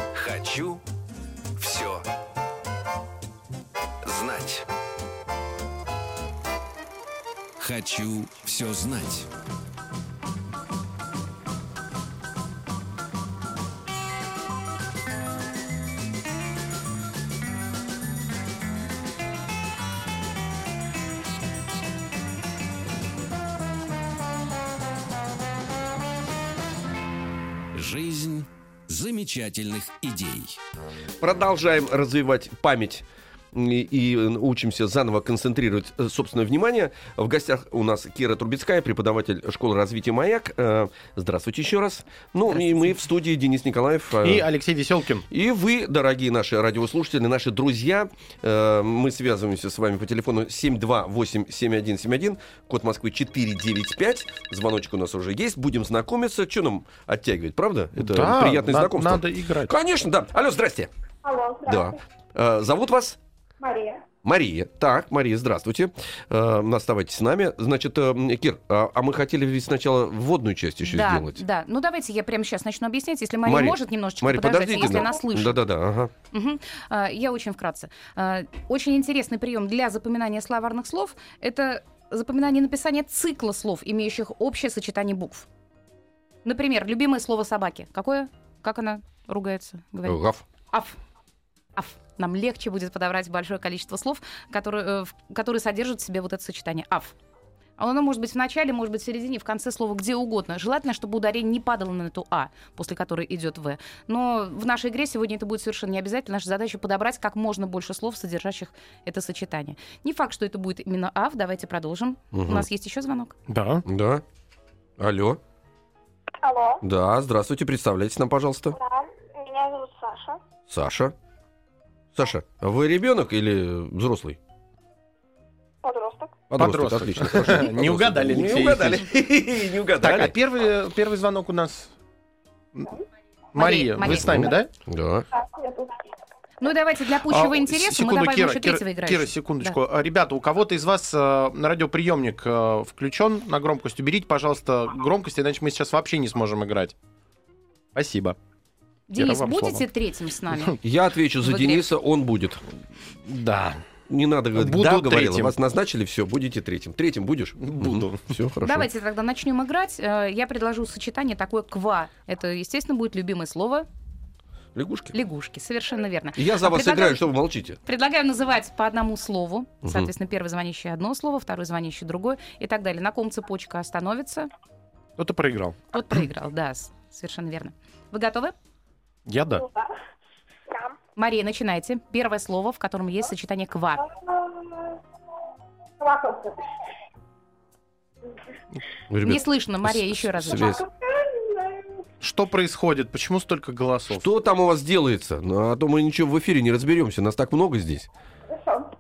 Speaker 1: Хочу все знать. Хочу все знать. Жизнь замечательных идей.
Speaker 2: Продолжаем развивать память и, и учимся заново концентрировать э, собственное внимание. В гостях у нас Кира Трубецкая, преподаватель школы развития «Маяк». Э, здравствуйте еще раз. Ну, и мы в студии Денис Николаев. Э,
Speaker 3: И Алексей Веселкин.
Speaker 2: И вы, дорогие наши радиослушатели, наши друзья. Э, мы связываемся с вами по телефону семь два восемь семь один семь один, код Москвы четыре девять пять. Звоночек у нас уже есть. Будем знакомиться. Что нам оттягивает, правда? Это
Speaker 3: Да,
Speaker 2: приятное
Speaker 3: на-
Speaker 2: знакомство.
Speaker 3: надо играть.
Speaker 2: Конечно, да. Алло, здрасте.
Speaker 6: Алло,
Speaker 2: Да. Э, зовут вас?
Speaker 6: Мария.
Speaker 2: Мария. Так, Мария, здравствуйте. Э, оставайтесь с нами. Значит, э, Кир, а, а мы хотели ведь сначала вводную часть еще
Speaker 4: Да,
Speaker 2: сделать.
Speaker 4: да. Ну, давайте я прямо сейчас начну объяснять. Если Мария,
Speaker 2: Мария,
Speaker 4: может немножечко
Speaker 2: Мария,
Speaker 4: подождать,
Speaker 2: подождите,
Speaker 4: если
Speaker 2: да.
Speaker 4: она слышит.
Speaker 2: Да-да-да, ага.
Speaker 4: Мгм. А, Я очень вкратце. А, Очень интересный прием для запоминания словарных слов — это запоминание написания цикла слов, имеющих общее сочетание букв. Например, любимое слово собаки. Какое? Как она ругается? Говорит?
Speaker 2: Гав.
Speaker 4: Аф. Аф. Нам легче будет подобрать большое количество слов, которые, э, в- которые содержат в себе вот это сочетание аф. А оно может быть в начале, может быть в середине, в конце слова, где угодно. Желательно, чтобы ударение не падало на эту «а», после которой идет «в». Но в нашей игре сегодня это будет совершенно не обязательно. Наша задача — подобрать как можно больше слов, содержащих это сочетание. Не факт, что это будет именно «аф». Давайте продолжим.
Speaker 2: Мгм.
Speaker 4: У нас есть еще звонок.
Speaker 3: Да.
Speaker 2: Да. Алло.
Speaker 6: Алло,
Speaker 2: Да, здравствуйте. Представляйтесь нам, пожалуйста.
Speaker 6: да, меня зовут Саша.
Speaker 2: Саша. Саша, а вы ребенок или взрослый?
Speaker 6: Подросток.
Speaker 3: Подросток.
Speaker 2: Отлично. хорошо.
Speaker 3: Не
Speaker 2: Подросток.
Speaker 3: угадали,
Speaker 2: Не
Speaker 3: Алексей
Speaker 2: угадали. Не
Speaker 3: Так,
Speaker 2: угадали.
Speaker 3: а первый, первый звонок у нас... Мария,
Speaker 4: Мария.
Speaker 3: вы с нами, да?
Speaker 2: Да.
Speaker 6: Да, я тут.
Speaker 4: Ну и давайте для пущего
Speaker 3: А,
Speaker 4: интереса
Speaker 3: секунду,
Speaker 4: мы добавим
Speaker 3: Кира,
Speaker 4: еще
Speaker 3: Кира,
Speaker 4: третьего играющего.
Speaker 3: Кира, секундочку. А, Ребята, у кого-то из вас э, радиоприемник э, включен на громкость? Уберите, пожалуйста, громкость, иначе мы сейчас вообще не сможем играть. Спасибо.
Speaker 4: Денис,
Speaker 3: Кира, вам
Speaker 4: будете
Speaker 3: слово.
Speaker 4: третьим с нами?
Speaker 2: Я отвечу за
Speaker 4: В игре.
Speaker 2: Дениса, он будет.
Speaker 3: Да.
Speaker 2: Не надо говорить,
Speaker 3: Буду
Speaker 2: да, говорила,
Speaker 3: третьим.
Speaker 2: вас назначили, все, будете третьим. Третьим будешь?
Speaker 3: Буду.
Speaker 2: Все, хорошо.
Speaker 4: Давайте тогда начнем играть. Э, Я предложу сочетание такое «ква». Это, естественно, будет любимое слово
Speaker 2: Лягушки.
Speaker 4: «лягушки». Совершенно верно.
Speaker 2: Я за
Speaker 4: А
Speaker 2: вас
Speaker 4: предлагаю-
Speaker 2: играю, что вы молчите.
Speaker 4: Предлагаю называть по одному слову.
Speaker 2: Мгм.
Speaker 4: Соответственно, первый звонящий одно слово, второй звонящий другое и так далее. На ком цепочка остановится,
Speaker 3: Кто-то проиграл.
Speaker 4: тот проиграл. Да, с- совершенно верно. Вы готовы?
Speaker 3: Я да.
Speaker 6: Ну, да. Да.
Speaker 4: Мария, начинайте. Первое слово, в котором есть сочетание «ква».
Speaker 6: Квакался.
Speaker 2: Ребят,
Speaker 4: Не слышно, Мария,
Speaker 2: с-
Speaker 4: еще раз.
Speaker 2: связь.
Speaker 3: Что происходит? Почему столько голосов?
Speaker 2: Что там у вас делается? Ну, а то мы ничего в эфире не разберемся. Нас так много здесь.
Speaker 6: Хорошо.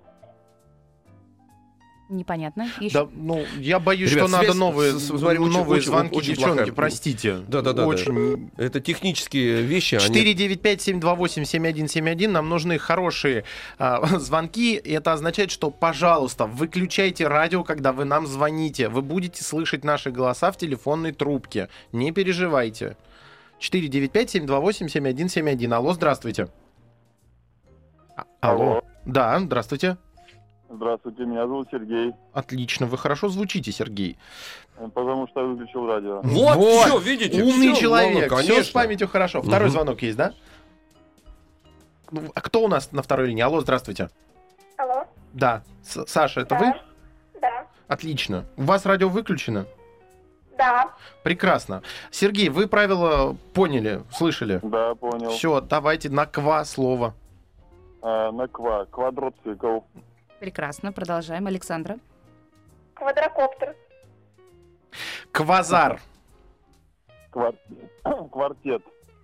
Speaker 4: Непонятно. Еще.
Speaker 3: Да, ну, я боюсь,
Speaker 2: Ребят,
Speaker 3: что надо
Speaker 2: связь
Speaker 3: новые,
Speaker 2: с- с вами очень-
Speaker 3: новые
Speaker 2: очень-
Speaker 3: звонки,
Speaker 2: очень
Speaker 3: девчонки,
Speaker 2: плохая.
Speaker 3: простите.
Speaker 2: Да-да-да, да.
Speaker 3: Очень.
Speaker 2: Это технические вещи. они-
Speaker 3: четыре девять пять семь два восемь семь один семь один. Нам нужны хорошие а, звонки. И это означает, что, пожалуйста, выключайте радио, когда вы нам звоните. Вы будете слышать наши голоса в телефонной трубке. Не переживайте. четыре девять пять семь два восемь семь один семь один. Алло, здравствуйте. А- Алло.
Speaker 5: Алло.
Speaker 3: Да, здравствуйте.
Speaker 5: Здравствуйте, меня зовут Сергей,
Speaker 3: Отлично, вы хорошо звучите, Сергей.
Speaker 5: э, потому что я выключил радио.
Speaker 2: Вот,
Speaker 3: Вот.
Speaker 2: всё, видите?
Speaker 3: Умный
Speaker 2: всё,
Speaker 3: человек.
Speaker 2: ну,
Speaker 3: Все с
Speaker 2: конечно.
Speaker 3: памятью хорошо. Второй
Speaker 2: Мгм.
Speaker 3: звонок есть, да? Ну, а кто у нас на второй линии? Алло, здравствуйте.
Speaker 6: Алло.
Speaker 3: Да. С- Саша, это
Speaker 6: Да.
Speaker 3: вы?
Speaker 6: Да.
Speaker 3: Отлично. У вас радио выключено?
Speaker 6: Да.
Speaker 3: Прекрасно. Сергей, вы правила поняли, слышали?
Speaker 5: Да, понял.
Speaker 3: Все, давайте на ква слово.
Speaker 5: А, на ква. Квадроцикл.
Speaker 4: Прекрасно. Продолжаем. Александра.
Speaker 6: Квадрокоптер.
Speaker 3: Квазар.
Speaker 5: Квар... Квартет.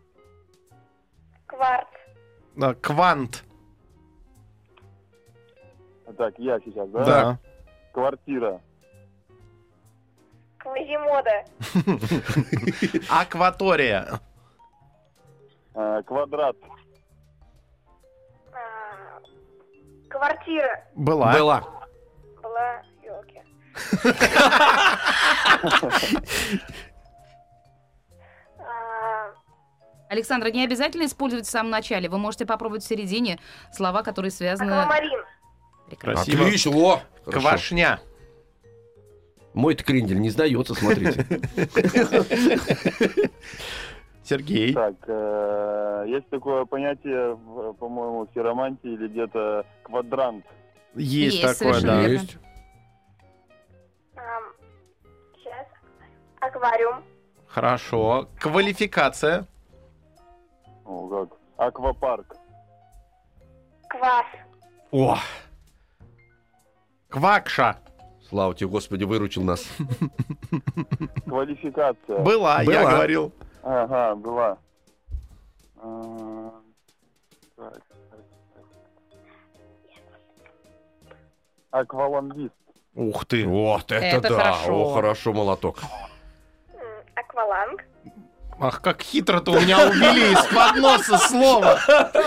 Speaker 6: Кварц.
Speaker 3: А, Квант.
Speaker 5: Так, я сейчас, да?
Speaker 3: Да.
Speaker 5: Квартира.
Speaker 6: Квазимода.
Speaker 3: Акватория.
Speaker 5: А, квадрат.
Speaker 6: А, Квартира.
Speaker 3: Была.
Speaker 2: Была.
Speaker 6: Была. Ёлки. А,
Speaker 4: Александра, не обязательно использовать в самом начале. Вы можете попробовать в середине слова, которые связаны...
Speaker 6: Аквамарин.
Speaker 4: Прекрасно.
Speaker 3: Красиво.
Speaker 2: Отлично. О, хорошо.
Speaker 3: Квашня.
Speaker 2: Мой-то крендель не сдается, смотрите.
Speaker 3: Сергей.
Speaker 5: Так, э, есть такое понятие, в- по-моему, в хиромантии или где-то квадрант.
Speaker 3: Есть,
Speaker 4: Есть,
Speaker 3: такое,
Speaker 4: совершенно
Speaker 3: да.
Speaker 4: верно.
Speaker 2: Есть.
Speaker 6: Ам, Сейчас. Аквариум.
Speaker 3: Хорошо. О! Квакша.
Speaker 2: Слава тебе, Господи, выручил нас.
Speaker 5: Квалификация.
Speaker 3: Была, я
Speaker 2: Была.
Speaker 3: говорил.
Speaker 5: Ага, была. А, так, так, так. Аквалангист.
Speaker 3: Ух ты.
Speaker 2: Вот это,
Speaker 4: Это
Speaker 2: да.
Speaker 4: хорошо.
Speaker 2: О, хорошо, молоток.
Speaker 7: Акваланг.
Speaker 3: Ах, как хитро-то у меня увели из-под носа слово.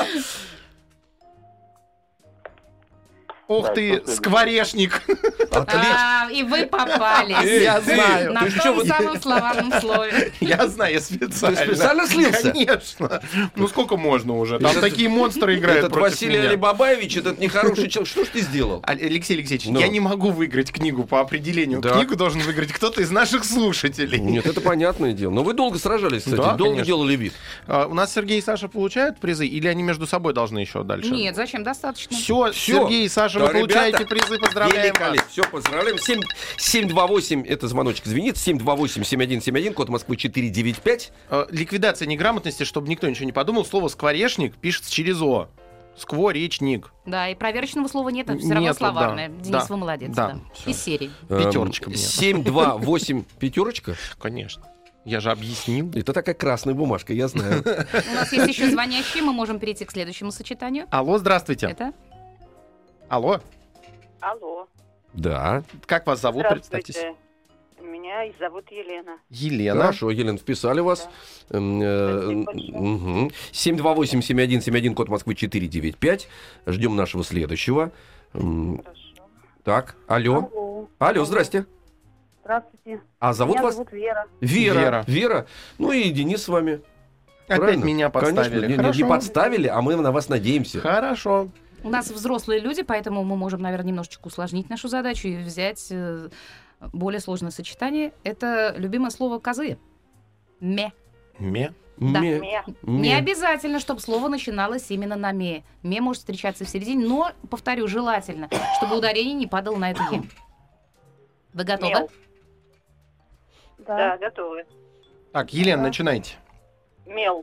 Speaker 3: Ух
Speaker 5: Так,
Speaker 3: ты,
Speaker 5: последний.
Speaker 3: скворечник.
Speaker 4: А, и вы попались.
Speaker 3: Я знаю.
Speaker 4: На
Speaker 2: Ты
Speaker 4: том
Speaker 2: что, вы-
Speaker 4: самом словарном слове.
Speaker 3: Я знаю, я специально.
Speaker 2: Ты специально слился?
Speaker 3: Конечно. Ну сколько можно уже? Там
Speaker 2: Этот-
Speaker 3: такие монстры играют
Speaker 2: Этот
Speaker 3: против
Speaker 2: Василий
Speaker 3: меня.
Speaker 2: Алибабаевич, этот нехороший человек. Что ж ты сделал?
Speaker 3: А- Алексей Алексеевич,
Speaker 2: Ну.
Speaker 3: я не могу выиграть книгу по определению.
Speaker 2: Да.
Speaker 3: Книгу должен выиграть кто-то из наших слушателей.
Speaker 2: Нет, это понятное дело. Но вы долго сражались, кстати,
Speaker 3: Да,
Speaker 2: долго
Speaker 3: конечно.
Speaker 2: делали вид.
Speaker 3: А, у нас Сергей и Саша получают призы, или они между собой должны еще дальше?
Speaker 4: Нет, зачем? Достаточно.
Speaker 3: Все,
Speaker 2: Всё.
Speaker 3: Сергей и Саша,
Speaker 2: Да,
Speaker 3: вы получаете
Speaker 2: ребята,
Speaker 3: призы, поздравляем вас.
Speaker 2: Все, поздравляем. семь, семь два восемь, это звоночек звенит. семь два восемь семь один семь один, код Москвы четыре девять пять.
Speaker 3: Э, Ликвидация неграмотности, чтобы никто ничего не подумал. Слово «скворечник» пишется через «о». Скворечник.
Speaker 4: Да, и проверочного слова нет, это все равно
Speaker 3: Нету,
Speaker 4: словарное.
Speaker 3: да.
Speaker 4: Денис,
Speaker 3: Да.
Speaker 4: вы молодец.
Speaker 3: Да,
Speaker 4: Да.
Speaker 3: всё.
Speaker 4: Из серии.
Speaker 3: Пятерочка мне.
Speaker 2: семь два восемь, пятерочка.
Speaker 3: Конечно. Я же объяснил.
Speaker 2: Это такая красная бумажка, я знаю.
Speaker 4: У нас есть еще звонящие, мы можем перейти к следующему сочетанию.
Speaker 3: Алло, здравствуйте.
Speaker 4: Это
Speaker 3: Алло,
Speaker 6: Алло.
Speaker 2: Да.
Speaker 3: как вас зовут? Представьтесь.
Speaker 6: Здравствуйте. Меня зовут Елена.
Speaker 3: Елена.
Speaker 2: Хорошо, Елена, вписали вас. Эм, э,
Speaker 6: Спасибо большое.
Speaker 2: мгм. семь два восемь семь один семь один, код Москвы четыре девять пять. Ждем нашего следующего. М,
Speaker 6: Хорошо.
Speaker 2: Так, алло.
Speaker 6: Алло.
Speaker 2: Алло, здрасте.
Speaker 6: Здравствуйте.
Speaker 2: А зовут
Speaker 6: Меня
Speaker 2: вас?
Speaker 6: зовут Вера.
Speaker 2: Вера.
Speaker 3: Вера.
Speaker 2: Вера. Ну и Денис с вами.
Speaker 3: Опять
Speaker 2: Правильно?
Speaker 3: меня
Speaker 2: Конечно,
Speaker 3: подставили.
Speaker 2: не- не,
Speaker 3: Хорошо.
Speaker 2: не подставили, а мы на вас надеемся.
Speaker 3: Хорошо.
Speaker 4: у нас взрослые люди, поэтому мы можем, наверное, немножечко усложнить нашу задачу и взять э, более сложное сочетание. Это любимое слово козы. Ме.
Speaker 3: Ме.
Speaker 4: Да.
Speaker 2: Ме-
Speaker 6: Ме.
Speaker 2: ме.
Speaker 4: Не обязательно, чтобы слово начиналось именно на ме. Ме может встречаться в середине, но, повторю, желательно, чтобы ударение не падало на это е. Вы готовы?
Speaker 6: Мел.
Speaker 7: Да,
Speaker 6: Да.
Speaker 7: готовы.
Speaker 3: Так, Елена,
Speaker 6: Да.
Speaker 3: начинайте.
Speaker 6: Мел.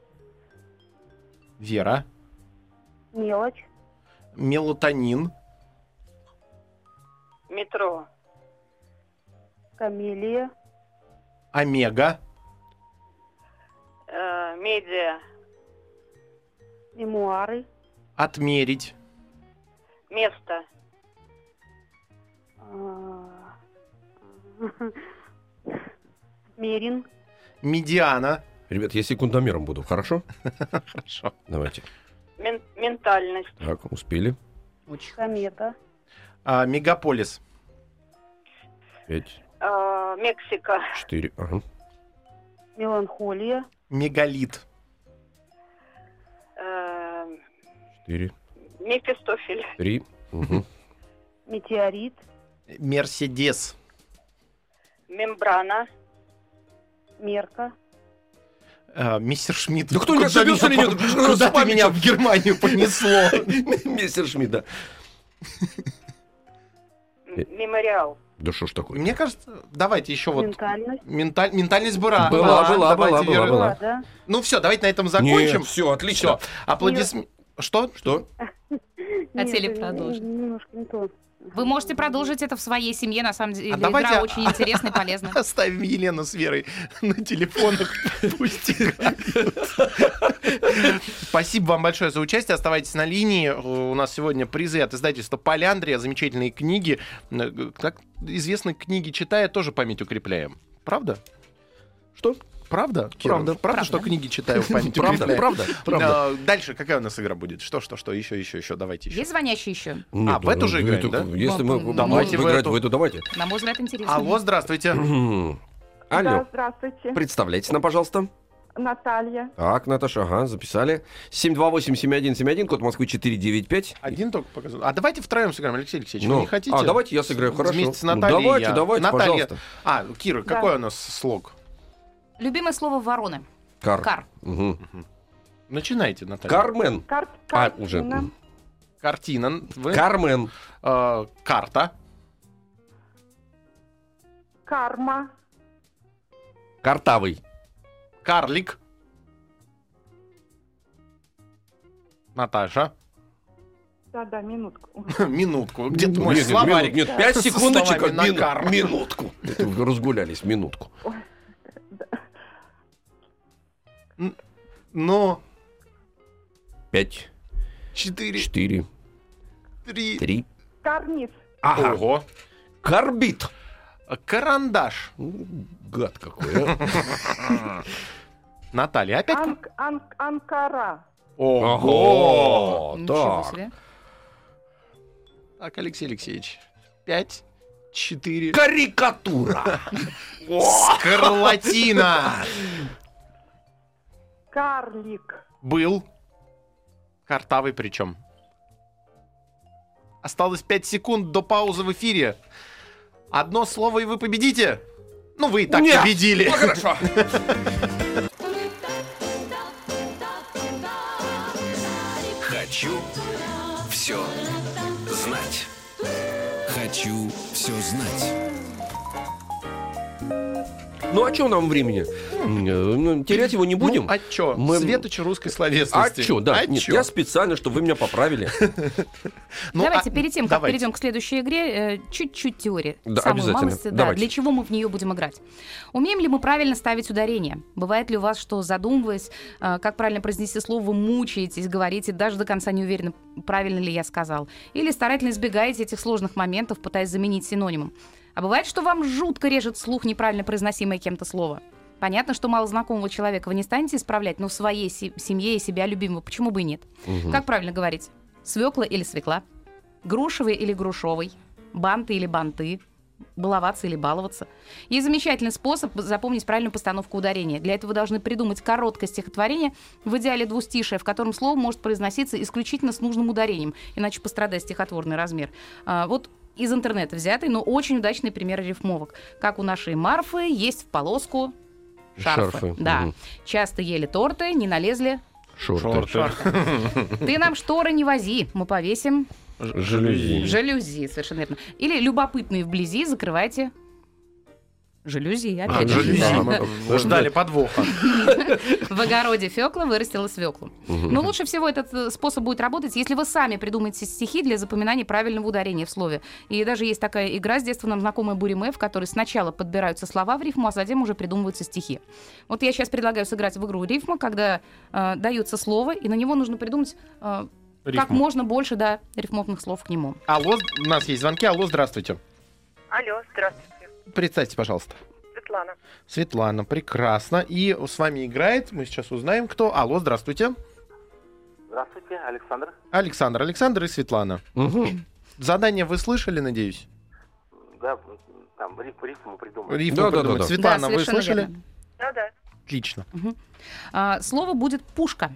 Speaker 3: Вера.
Speaker 6: Мелочь.
Speaker 3: Мелатонин.
Speaker 6: Метро.
Speaker 7: Камелия.
Speaker 3: Омега.
Speaker 6: Э, медиа.
Speaker 7: Мемуары.
Speaker 3: Отмерить.
Speaker 6: Место.
Speaker 7: а, Мерин.
Speaker 3: Медиана.
Speaker 2: Ребят, я секундомером буду, хорошо?
Speaker 3: Хорошо.
Speaker 2: Давайте.
Speaker 6: Мен- ментальность.
Speaker 2: Так, успели.
Speaker 7: Комета.
Speaker 3: А, мегаполис.
Speaker 2: Пять,
Speaker 6: Э, Мексика.
Speaker 2: четыре, ага.
Speaker 7: Меланхолия.
Speaker 3: Мегалит.
Speaker 6: Э,
Speaker 2: Четыре,
Speaker 6: Мефистофель.
Speaker 2: три. Угу.
Speaker 7: Метеорит.
Speaker 3: Мерседес.
Speaker 6: Мембрана.
Speaker 7: Мерка.
Speaker 3: А, мистер Шмидт.
Speaker 2: Да кто не
Speaker 3: Куда
Speaker 2: ошибился
Speaker 3: меня
Speaker 2: или
Speaker 3: по-
Speaker 2: нет?
Speaker 3: Куда ты
Speaker 2: Память-
Speaker 3: меня в Германию понесло?
Speaker 2: Мистер Шмидт, да.
Speaker 6: М- Мемориал.
Speaker 2: Да что ж такое?
Speaker 3: Мне кажется, давайте еще вот...
Speaker 7: Ментальность.
Speaker 3: Менталь... Ментальность была.
Speaker 2: Была, была,
Speaker 3: давайте,
Speaker 2: была, была,
Speaker 3: Вера.
Speaker 2: была.
Speaker 7: Да.
Speaker 3: Ну все, давайте на этом закончим.
Speaker 2: все, отлично.
Speaker 3: Все. Аплодисменты. Что?
Speaker 2: Что?
Speaker 4: Хотели
Speaker 7: Нет,
Speaker 4: продолжить.
Speaker 7: Немножко не то.
Speaker 4: Вы можете продолжить это в своей семье, на самом деле.
Speaker 3: А давайте-
Speaker 4: Игра очень интересная и полезная.
Speaker 3: Оставим Елену с Верой на телефонах. Пусть играют. Спасибо вам большое за участие. Оставайтесь на линии. У нас сегодня призы от издательства «Поляндрия». Замечательные книги. Как известно, книги читая, тоже память укрепляем. Правда?
Speaker 2: Что?
Speaker 3: Правда? Кира?
Speaker 2: Правда.
Speaker 3: Правда, что
Speaker 4: Правда.
Speaker 3: книги читаю, память
Speaker 2: Правда,
Speaker 3: укрепляем?
Speaker 2: правда, правда.
Speaker 3: А, Дальше какая у нас игра будет? Что, что, что? Еще, еще, еще. Давайте еще.
Speaker 4: Есть звонящие еще?
Speaker 2: Нет,
Speaker 3: в эту же
Speaker 2: ну,
Speaker 3: играем,
Speaker 2: это-
Speaker 3: да?
Speaker 2: Если мы
Speaker 4: Ну,
Speaker 3: давайте
Speaker 2: можем
Speaker 3: в
Speaker 2: играть
Speaker 3: эту.
Speaker 2: в эту, давайте.
Speaker 4: На мой взгляд, интересно.
Speaker 3: Алло, здравствуйте.
Speaker 2: Алло,
Speaker 6: Да, здравствуйте.
Speaker 2: представляйтесь нам, пожалуйста.
Speaker 6: Наталья.
Speaker 2: Так, Наташа, ага, записали. семь два восемь семь один семь один, код Москвы четыре девять пять.
Speaker 3: Один только показал. А давайте втроем сыграем, Алексей Алексеевич.
Speaker 2: Ну,
Speaker 3: Вы не хотите?
Speaker 2: а, давайте я сыграю, хорошо.
Speaker 3: Вместе с
Speaker 2: Ну,
Speaker 3: Натальей.
Speaker 2: давайте,
Speaker 3: я.
Speaker 2: давайте,
Speaker 3: Наталья.
Speaker 2: пожалуйста.
Speaker 3: А, Кира,
Speaker 6: Да.
Speaker 3: какой у нас слог?
Speaker 4: Любимое слово вороны.
Speaker 2: Кар.
Speaker 4: Кар.
Speaker 2: Мгм.
Speaker 3: Начинайте, Наталья.
Speaker 2: Кармен.
Speaker 6: Кар-
Speaker 2: А,
Speaker 6: картина.
Speaker 2: уже. Мгм.
Speaker 3: Картина. Вы?
Speaker 2: Кармен.
Speaker 3: Э, карта.
Speaker 6: Карма.
Speaker 2: Картавый.
Speaker 3: Карлик. Наташа.
Speaker 6: Да-да, минутку.
Speaker 3: Минутку. Где-то мой
Speaker 2: Нет, нет,
Speaker 3: словарик.
Speaker 2: минут- нет, пять
Speaker 3: со
Speaker 2: секундочек.
Speaker 3: словами
Speaker 2: мину-
Speaker 3: «накар».
Speaker 2: Минутку. Это вы разгулялись, минутку.
Speaker 3: Но
Speaker 2: Пять,
Speaker 3: четыре,
Speaker 2: четыре,
Speaker 3: три.
Speaker 2: три.
Speaker 6: Карниз.
Speaker 2: Ага.
Speaker 3: Ого.
Speaker 2: Карбид.
Speaker 3: Карандаш.
Speaker 2: М, Гад какой, а.
Speaker 3: Наталья, опять...
Speaker 6: Анк- анк- Анкара.
Speaker 3: Ого.
Speaker 2: О,
Speaker 4: Ничего
Speaker 2: так.
Speaker 4: себе.
Speaker 3: Так, Алексей Алексеевич. Пять, четыре...
Speaker 2: Карикатура.
Speaker 3: Скарлатина.
Speaker 6: Карлик.
Speaker 3: Был. Картавый причем. Осталось пять секунд до паузы в эфире. Одно слово, и вы победите. Ну, вы и так
Speaker 2: Нет.
Speaker 3: победили.
Speaker 2: Ну, хорошо.
Speaker 1: Хочу все знать. Хочу все знать.
Speaker 2: Ну, а что нам времени? М, э, ну, Терять его не будем.
Speaker 3: Ну, а чё?
Speaker 2: Мы-
Speaker 3: Светоч русской
Speaker 2: А
Speaker 3: словесности.
Speaker 2: что, да.
Speaker 3: А
Speaker 2: Нет,
Speaker 3: чё?
Speaker 2: я специально, чтобы вы меня поправили.
Speaker 3: Ну,
Speaker 4: Давайте
Speaker 3: а-
Speaker 4: перед тем, как
Speaker 3: давайте.
Speaker 4: перейдем к следующей игре, э, чуть-чуть теории.
Speaker 2: Да,
Speaker 4: Самую
Speaker 2: обязательно.
Speaker 4: малость, да,
Speaker 2: Давайте.
Speaker 4: для чего мы в нее будем играть. Умеем ли мы правильно ставить ударение? Бывает ли у вас, что, задумываясь, э, как правильно произнести слово, вы мучаетесь, говорите, даже до конца не уверены, правильно ли я сказал? Или старательно избегаете этих сложных моментов, пытаясь заменить синонимом? А бывает, что вам жутко режет слух неправильно произносимое кем-то слово? Понятно, что малознакомого человека вы не станете исправлять, но в своей се- семье и себя любимого почему бы и нет?
Speaker 2: Мгм.
Speaker 4: Как правильно говорить? Свекла или свекла? Грушевый или грушовый? Банты или банты? Баловаться или баловаться? Есть замечательный способ запомнить правильную постановку ударения. Для этого вы должны придумать короткое стихотворение, в идеале двустишие, в котором слово может произноситься исключительно с нужным ударением, иначе пострадает стихотворный размер. А, вот из интернета взятый, но очень удачный пример рифмовок. Как у нашей Марфы есть в полоску шарфы.
Speaker 2: Шарфы,
Speaker 4: Да.
Speaker 2: мгм.
Speaker 4: Часто ели торты, не налезли.
Speaker 2: Шорты.
Speaker 3: Шорты.
Speaker 4: Ты нам шторы не вози, мы повесим
Speaker 2: Жалюзи.
Speaker 4: жалюзи, совершенно верно. Или любопытные вблизи, закрывайте жалюзи.
Speaker 3: А,
Speaker 4: Опять же.
Speaker 3: жалюзи.
Speaker 4: Да.
Speaker 3: Мы мы ждали подвоха.
Speaker 4: В огороде фёкла вырастила свеклу. Но лучше всего этот э, способ будет работать, если вы сами придумаете стихи для запоминания правильного ударения в слове. И даже есть такая игра с детства нам знакомая Буриме, в которой сначала подбираются слова в рифму, а затем уже придумываются стихи. Вот я сейчас предлагаю сыграть в игру рифма, когда э, дается слово, и на него нужно придумать э, как
Speaker 3: Рифму.
Speaker 4: можно больше, да, рифмовных слов к нему.
Speaker 3: Алло, у нас есть звонки. Алло, здравствуйте.
Speaker 8: Алло, здравствуйте.
Speaker 3: Представьте, пожалуйста.
Speaker 8: Светлана.
Speaker 3: Светлана, прекрасно. И с вами играет, мы сейчас узнаем, кто. Алло, здравствуйте.
Speaker 5: Здравствуйте, Александр.
Speaker 3: Александр, Александр и Светлана.
Speaker 2: Мгм.
Speaker 3: Задание вы слышали, надеюсь?
Speaker 5: Да, там риф, рифму придумали.
Speaker 3: Рифму
Speaker 2: Да, да,
Speaker 3: придумать.
Speaker 2: да, да.
Speaker 3: Светлана,
Speaker 4: Да,
Speaker 3: вы
Speaker 4: совершенно
Speaker 3: слышали?
Speaker 4: верно.
Speaker 8: Да-да.
Speaker 3: Отлично.
Speaker 4: А, слово будет пушка.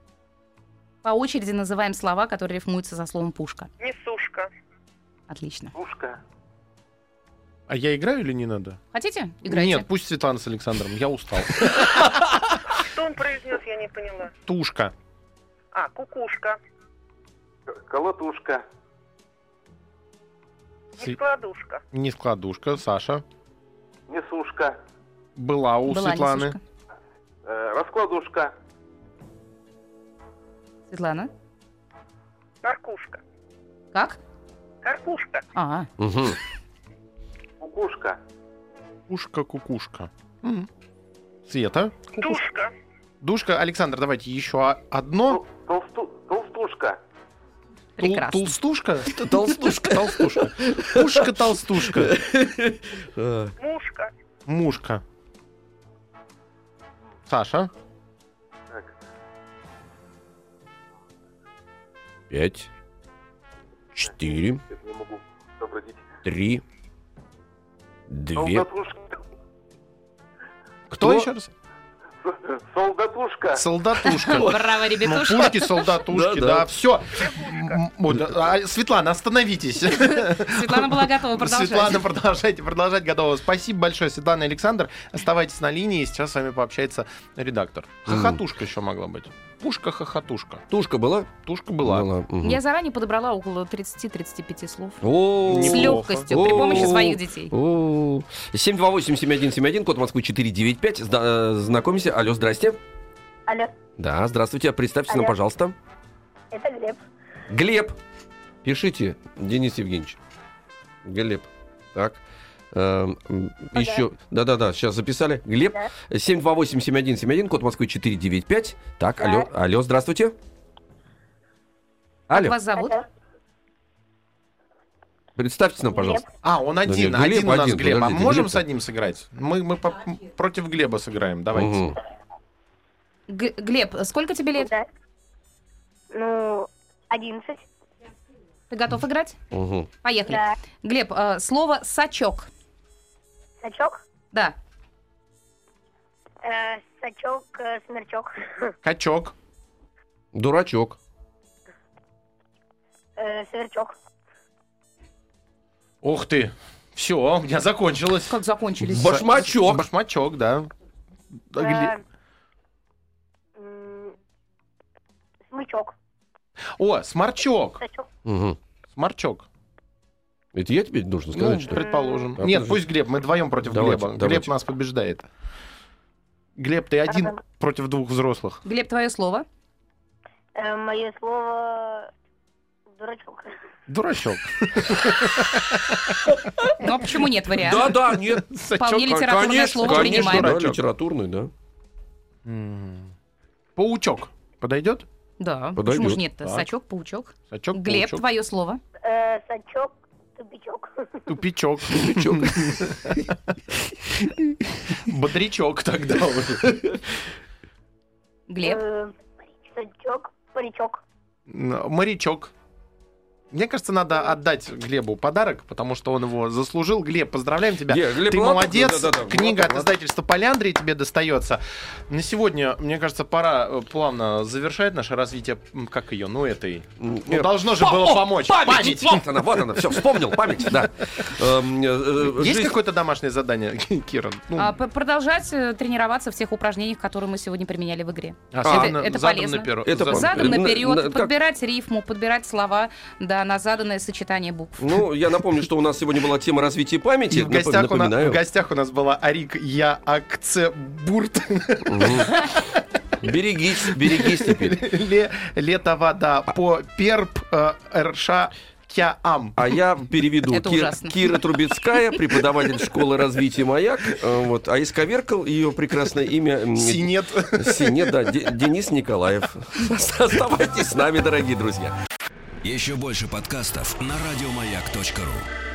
Speaker 4: По очереди называем слова, которые рифмуются со словом пушка.
Speaker 8: Несушка.
Speaker 4: Отлично.
Speaker 5: Пушка.
Speaker 3: А я играю или не надо?
Speaker 4: Хотите? Играйте.
Speaker 3: Нет, пусть Светлана с Александром. Я устал.
Speaker 8: Что он произнес, я не поняла.
Speaker 3: Тушка.
Speaker 8: А, кукушка.
Speaker 5: Колотушка.
Speaker 3: С-
Speaker 8: Нескладушка.
Speaker 3: Нескладушка. Саша.
Speaker 5: Несушка.
Speaker 3: Была у
Speaker 4: Была
Speaker 3: Светланы.
Speaker 4: несушка.
Speaker 5: Э, раскладушка.
Speaker 4: Светлана?
Speaker 8: Каркушка.
Speaker 4: Как?
Speaker 8: Каркушка.
Speaker 4: А,
Speaker 2: Мгм.
Speaker 5: Кукушка.
Speaker 3: Кукушка-кукушка. М. Света.
Speaker 8: Душка.
Speaker 3: Душка. Александр, давайте еще о- одно.
Speaker 5: Тол- толсту- толстушка.
Speaker 3: Тул-
Speaker 4: прекрасно.
Speaker 3: Толстушка? Толстушка. Толстушка. Пушка-толстушка.
Speaker 2: А,
Speaker 8: Мушка.
Speaker 3: Мушка. Саша.
Speaker 5: Так.
Speaker 2: Пять, четыре,
Speaker 5: Я не могу сообразить.
Speaker 2: три, две.
Speaker 5: Солдатушка.
Speaker 3: Кто еще раз?
Speaker 5: Солдатушка.
Speaker 3: Солдатушка.
Speaker 4: Браво,
Speaker 3: Ну,
Speaker 4: ребятушки.
Speaker 3: пушки, солдатушки,
Speaker 2: Да,
Speaker 3: да,
Speaker 2: да.
Speaker 3: все. Светлана, остановитесь.
Speaker 4: Светлана была готова продолжать.
Speaker 3: Светлана, продолжайте, продолжать готова. Спасибо большое, Светлана и Александр. Оставайтесь на линии, сейчас с вами пообщается редактор. Хохотушка еще могла быть. Пушка-хохотушка.
Speaker 2: Тушка была?
Speaker 3: Тушка была.
Speaker 2: мгм.
Speaker 4: Я заранее подобрала около тридцать-тридцать пять слов.
Speaker 2: О,
Speaker 4: С
Speaker 3: Неплохо.
Speaker 4: легкостью, при помощи своих детей.
Speaker 2: О, семь два восемь семь один семь один, код Москвы четыре девять пять. Зда- э, Знакомимся. Алло, здрасте.
Speaker 7: Алло,
Speaker 2: Да, здравствуйте. Представьтесь нам,
Speaker 7: Алло.
Speaker 2: пожалуйста.
Speaker 7: это Глеб.
Speaker 2: Глеб. Пишите, Денис Евгеньевич. Глеб. Так. Эм, еще. Да-да-да, сейчас записали. Глеб. семь два восемь семь один семь один, код Москвы четыре девять пять. Так, алло, алло, здравствуйте.
Speaker 4: Как
Speaker 2: Алло.
Speaker 4: вас зовут?
Speaker 2: Представьтесь нам, пожалуйста.
Speaker 3: А, он один,
Speaker 2: Да нет,
Speaker 3: один
Speaker 2: Глеб
Speaker 3: у нас
Speaker 2: один,
Speaker 3: Глеб. А
Speaker 2: подождите,
Speaker 3: можем
Speaker 2: Глеб-то.
Speaker 3: с одним сыграть? Мы, мы по- против Глеба сыграем, давайте.
Speaker 2: Мгм.
Speaker 4: Г- Глеб, сколько тебе лет?
Speaker 9: Да. Ну, одиннадцать.
Speaker 4: Ты готов играть?
Speaker 2: Мгм.
Speaker 4: Поехали.
Speaker 9: Да.
Speaker 4: Глеб, э, слово «сачок».
Speaker 9: Сачок.
Speaker 4: Да.
Speaker 9: Э, сачок, э, смерчок.
Speaker 3: Качок.
Speaker 2: Дурачок.
Speaker 9: Э, сверчок.
Speaker 3: Ух ты. Все, у меня закончилось.
Speaker 4: Как закончились?
Speaker 2: Башмачок.
Speaker 3: Башмачок, да.
Speaker 9: Э,
Speaker 3: Гле-
Speaker 9: м, смычок.
Speaker 3: О, сморчок.
Speaker 9: Сачок.
Speaker 2: Мгм.
Speaker 3: Сморчок.
Speaker 2: Это я тебе нужно
Speaker 3: Ну,
Speaker 2: сказать, что ли?
Speaker 3: предположим.
Speaker 2: А,
Speaker 3: Нет,
Speaker 2: подожди.
Speaker 3: пусть Глеб, мы вдвоем против
Speaker 2: Давайте,
Speaker 3: Глеба.
Speaker 2: давайте.
Speaker 3: Глеб нас побеждает. Глеб, ты один
Speaker 9: Ага.
Speaker 3: против двух взрослых.
Speaker 4: Глеб, твое слово.
Speaker 9: Э, мое слово дурачок.
Speaker 3: Дурачок.
Speaker 4: Ну, а почему нет вариантов?
Speaker 2: Да, да, нет.
Speaker 4: Вполне литературное
Speaker 2: Конечно,
Speaker 4: слово
Speaker 2: конечно,
Speaker 4: принимаем.
Speaker 2: да,
Speaker 3: Дурачок.
Speaker 2: литературный, да.
Speaker 3: М. Паучок. Подойдет?
Speaker 4: Да,
Speaker 2: Подойдет.
Speaker 4: почему же нет-то?
Speaker 3: Так.
Speaker 4: Сачок, паучок.
Speaker 3: Сачок,
Speaker 4: Глеб,
Speaker 3: паучок.
Speaker 4: твое слово.
Speaker 9: Э, сачок, тупичок.
Speaker 3: Тупичок. Бодрячок тогда уже.
Speaker 4: Глеб.
Speaker 9: Э, сачок, паричок.
Speaker 3: М, Морячок. Мне кажется, надо отдать Глебу подарок, потому что он его заслужил. Глеб, поздравляем тебя.
Speaker 2: Е, Глеб,
Speaker 3: Ты
Speaker 2: ладно,
Speaker 3: молодец.
Speaker 2: да-да-да,
Speaker 3: Книга
Speaker 2: ладно,
Speaker 3: от издательства «Поляндрия» тебе достается. На сегодня, мне кажется, пора э, плавно завершать наше развитие. М, Как ее? Ну, этой. Ну,
Speaker 2: Нет.
Speaker 3: должно же
Speaker 2: О,
Speaker 3: было
Speaker 2: о,
Speaker 3: помочь.
Speaker 2: Память! Вот она, вот она, все, вспомнил, память, да. Эм, э,
Speaker 3: Есть
Speaker 2: жизнь-
Speaker 3: какое-то домашнее задание, Кира? Ну,
Speaker 4: А, п- продолжать э, тренироваться в тех упражнениях, которые мы сегодня применяли в игре.
Speaker 3: а,
Speaker 4: это-
Speaker 3: задом на-
Speaker 4: это
Speaker 3: задом
Speaker 4: полезно.
Speaker 3: наперед.
Speaker 2: Это
Speaker 3: Задом-
Speaker 4: Задом
Speaker 2: на-
Speaker 4: наперед,
Speaker 2: на- как-
Speaker 4: подбирать рифму, подбирать слова, да, на заданное сочетание букв.
Speaker 2: Ну, я напомню, что у нас сегодня была тема развития памяти.
Speaker 3: И в гостях, у нас,
Speaker 2: Напоминаю.
Speaker 3: в гостях у нас была Арик Яакцебурт.
Speaker 2: Мгм. Берегись, берегись теперь.
Speaker 3: Ле- Лето вода по перп э, рша кяам.
Speaker 2: А я переведу.
Speaker 4: Это
Speaker 2: Ки-
Speaker 4: ужасно.
Speaker 2: Кира Трубецкая, преподаватель школы развития «Маяк». Э, Вот. А исковеркал ее прекрасное имя... м,
Speaker 3: Синет.
Speaker 2: Синет, да, Де- Денис Николаев. Оставайтесь с нами, дорогие друзья.
Speaker 1: Еще больше подкастов на радиомаяк точка ру.